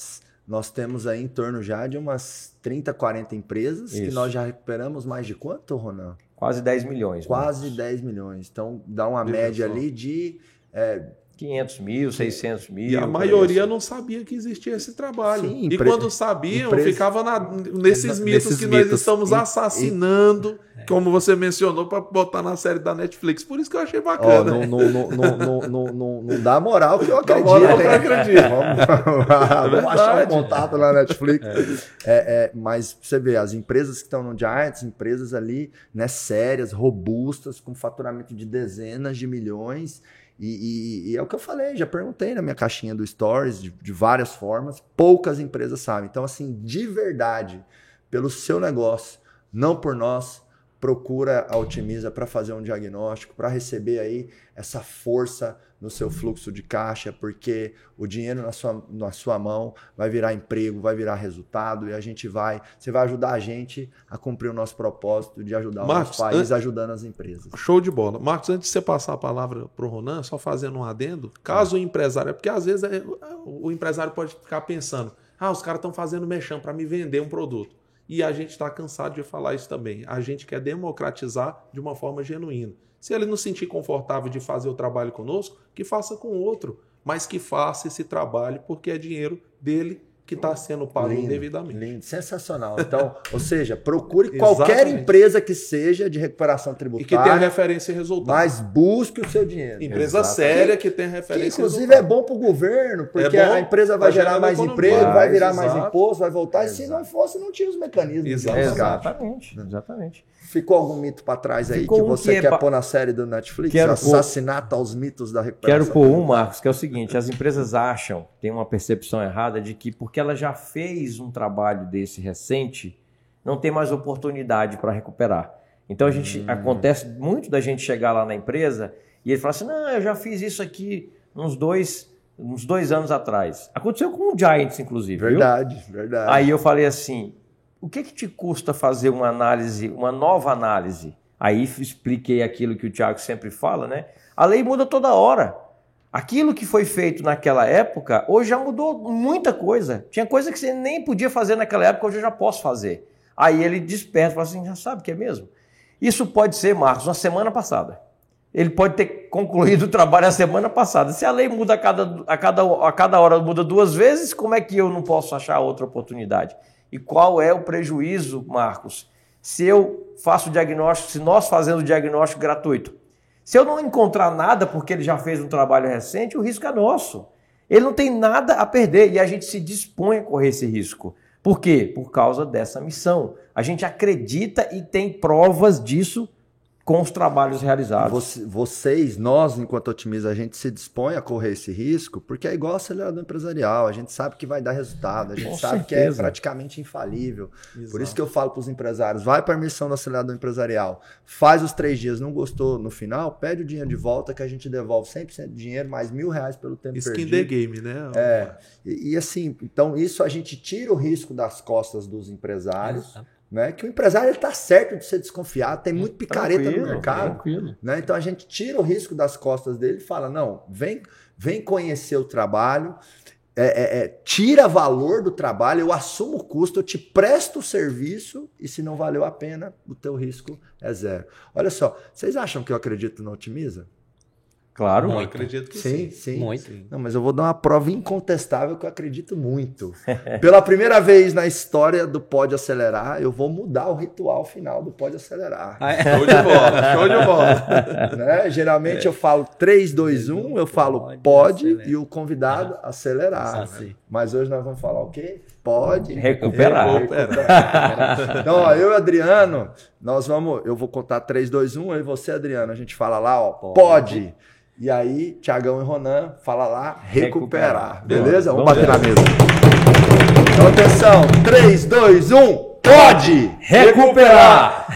Speaker 2: nós temos aí em torno já de umas trinta, quarenta empresas,
Speaker 1: Isso.
Speaker 2: que nós já recuperamos mais de quanto, Ronan?
Speaker 1: Quase dez milhões.
Speaker 2: Quase
Speaker 1: Marcos.
Speaker 2: dez milhões. Então, dá uma
Speaker 3: Veja
Speaker 2: média
Speaker 3: só.
Speaker 2: ali de... É,
Speaker 1: quinhentos mil, seiscentos mil.
Speaker 3: E a
Speaker 1: por aí,
Speaker 3: maioria
Speaker 1: assim.
Speaker 3: não sabia que existia esse trabalho.
Speaker 2: Sim,
Speaker 3: e
Speaker 2: empre-
Speaker 3: quando sabiam,
Speaker 2: empresa-
Speaker 3: ficava na- nesses
Speaker 2: Nesses
Speaker 3: mitos que nós
Speaker 2: mitos.
Speaker 3: estamos
Speaker 2: E-
Speaker 3: assassinando, como você mencionou, para botar na série da Netflix. Por isso que eu achei
Speaker 2: ó,
Speaker 3: bacana.
Speaker 2: não, não, não, não, não, não, não, não dá moral que eu acredito.
Speaker 3: moral que eu
Speaker 2: hein?
Speaker 3: acredito.
Speaker 2: Vamos, vamos achar um
Speaker 3: verdade.
Speaker 2: contato na Netflix. É, é, mas você vê, as empresas que estão no Giants, empresas ali, né, sérias, robustas, com faturamento de dezenas de milhões. E, e- e é o que eu falei, já perguntei na minha caixinha do Stories, de, de várias formas, poucas empresas sabem. Então, assim, de verdade, pelo seu negócio, não por nós, procura a Otimiza para fazer um diagnóstico, para receber aí essa força no seu fluxo de caixa, porque o dinheiro na sua, na sua mão vai virar emprego, vai virar resultado, e a gente vai, você vai ajudar a gente a cumprir o nosso propósito de ajudar o
Speaker 3: Marcos,
Speaker 2: nosso país,
Speaker 3: an-
Speaker 2: ajudando as empresas.
Speaker 3: Show de bola. Marcos, antes de você passar a palavra para o Ronan, só fazendo um adendo, caso o empresário, porque às vezes é- o empresário pode ficar pensando, ah, os caras estão fazendo mexão para me vender um produto. E a gente está cansado de falar isso também. A gente quer democratizar de uma forma genuína. Se ele não se sentir confortável de fazer o trabalho conosco, que faça com outro, mas que faça esse trabalho porque é dinheiro dele que está sendo pago
Speaker 2: Lindo,
Speaker 3: indevidamente.
Speaker 2: lindo, sensacional. Então, ou seja, procure qualquer
Speaker 3: Exatamente.
Speaker 2: empresa que seja de recuperação
Speaker 3: E que tenha
Speaker 2: tributária,
Speaker 3: referência e resultado.
Speaker 2: mas busque o seu dinheiro.
Speaker 3: Empresa
Speaker 2: Exato.
Speaker 3: séria que tenha
Speaker 2: Que,
Speaker 3: referência
Speaker 2: inclusive
Speaker 3: e resultado.
Speaker 2: é bom para o governo, porque
Speaker 3: É bom,
Speaker 2: a empresa vai
Speaker 3: vai
Speaker 2: gerar
Speaker 3: gerar
Speaker 2: mais
Speaker 3: economia.
Speaker 2: emprego, vai
Speaker 1: Vai,
Speaker 2: virar mais
Speaker 3: exato.
Speaker 2: imposto, vai voltar. E se
Speaker 1: Exato.
Speaker 2: não fosse, não tinha os mecanismos. de
Speaker 3: Exato.
Speaker 2: resgate.
Speaker 1: Exatamente, exatamente.
Speaker 2: Ficou algum mito para trás aí
Speaker 1: Ficou
Speaker 2: que
Speaker 1: um
Speaker 2: você
Speaker 1: que é
Speaker 2: quer
Speaker 1: ba-
Speaker 2: pôr na série do Netflix?
Speaker 1: Quero pôr-
Speaker 2: Assassinato aos mitos da recuperação.
Speaker 1: Quero pôr um, Marcos, que é o seguinte: as empresas acham, tem uma percepção errada de que porque ela já fez um trabalho desse recente, não tem mais oportunidade para recuperar. Então a gente acontece muito da gente chegar lá na empresa e ele fala assim: não, eu já fiz isso aqui uns dois, uns dois anos atrás. Aconteceu com o Giants, inclusive. viu?
Speaker 2: Verdade, verdade.
Speaker 1: Aí eu falei assim: o que que te custa fazer uma análise, uma nova análise? Aí expliquei aquilo que o Thiago sempre fala, né? A lei muda toda hora. Aquilo que foi feito naquela época, hoje já mudou muita coisa. Tinha coisa que você nem podia fazer naquela época, hoje eu já posso fazer. Aí ele desperta e fala assim: já sabe que é mesmo? Isso pode ser, Marcos, na semana passada. Ele pode ter concluído o trabalho a semana passada. Se a lei muda a cada, a cada, a cada hora, muda duas vezes, como é que eu não posso achar outra oportunidade? E qual é o prejuízo, Marcos, se eu faço o diagnóstico, se nós fazemos o diagnóstico gratuito? Se eu não encontrar nada porque ele já fez um trabalho recente, o risco é nosso. Ele não tem nada a perder e a gente se dispõe a correr esse risco. Por quê? Por causa dessa missão. A gente acredita e tem provas disso com os trabalhos realizados.
Speaker 2: Você- vocês, nós, enquanto Otimiza, a gente se dispõe a correr esse risco, porque é igual acelerador empresarial, a gente sabe que vai dar resultado, a gente
Speaker 1: Com
Speaker 2: sabe que é
Speaker 1: certeza.
Speaker 2: praticamente infalível. Por
Speaker 3: Exato.
Speaker 2: isso que eu falo para os empresários, vai para a missão do acelerador empresarial, faz os três dias, não gostou no final, pede o dinheiro de volta que a gente devolve cem por cento de dinheiro, mais mil reais pelo tempo
Speaker 3: Skin
Speaker 2: perdido.
Speaker 3: the game, né?
Speaker 2: É, e, e assim, então isso a gente tira o risco das costas dos empresários,
Speaker 4: Exato.
Speaker 2: né? Que o empresário ele tá certo de ser desconfiado, tem muito picareta no
Speaker 1: Tranquilo,
Speaker 2: mercado.
Speaker 1: tranquilo.
Speaker 2: Né? Então a gente tira o risco das costas dele e fala: não, vem, vem conhecer o trabalho, é, é, é, tira valor do trabalho, eu assumo o custo, eu te presto o serviço e se não valeu a pena, o teu risco é zero. Olha só, vocês acham que eu acredito no Otimiza?
Speaker 1: Claro.
Speaker 3: Eu
Speaker 4: Muito.
Speaker 3: acredito que
Speaker 2: Sim,
Speaker 3: sim.
Speaker 2: sim.
Speaker 4: Muito.
Speaker 2: Não, mas eu vou dar uma prova incontestável que eu acredito muito. Pela primeira vez na história do Pode Acelerar, eu vou mudar o ritual final do Pode Acelerar.
Speaker 4: Ah, é?
Speaker 3: Show de bola, show de bola.
Speaker 2: Né? Geralmente eu falo três, dois, um, eu falo
Speaker 4: Pode,
Speaker 2: pode
Speaker 4: acelera.
Speaker 2: e o convidado acelerar.
Speaker 4: Assim.
Speaker 2: Mas hoje nós vamos falar o quê? Pode
Speaker 1: Recuperar.
Speaker 2: recuperar. Então, ó, eu e o Adriano, nós vamos, eu vou contar três, dois, um, eu e você, Adriano, a gente fala lá, ó, pode.
Speaker 1: Pode.
Speaker 2: E aí, Tiagão e Ronan, fala lá, recuperar.
Speaker 1: Recuperar.
Speaker 2: Beleza? Vamos,
Speaker 1: Vamos
Speaker 2: bater
Speaker 1: lá.
Speaker 2: na mesa. Então, atenção, três, dois, um, pode
Speaker 1: Recuperar!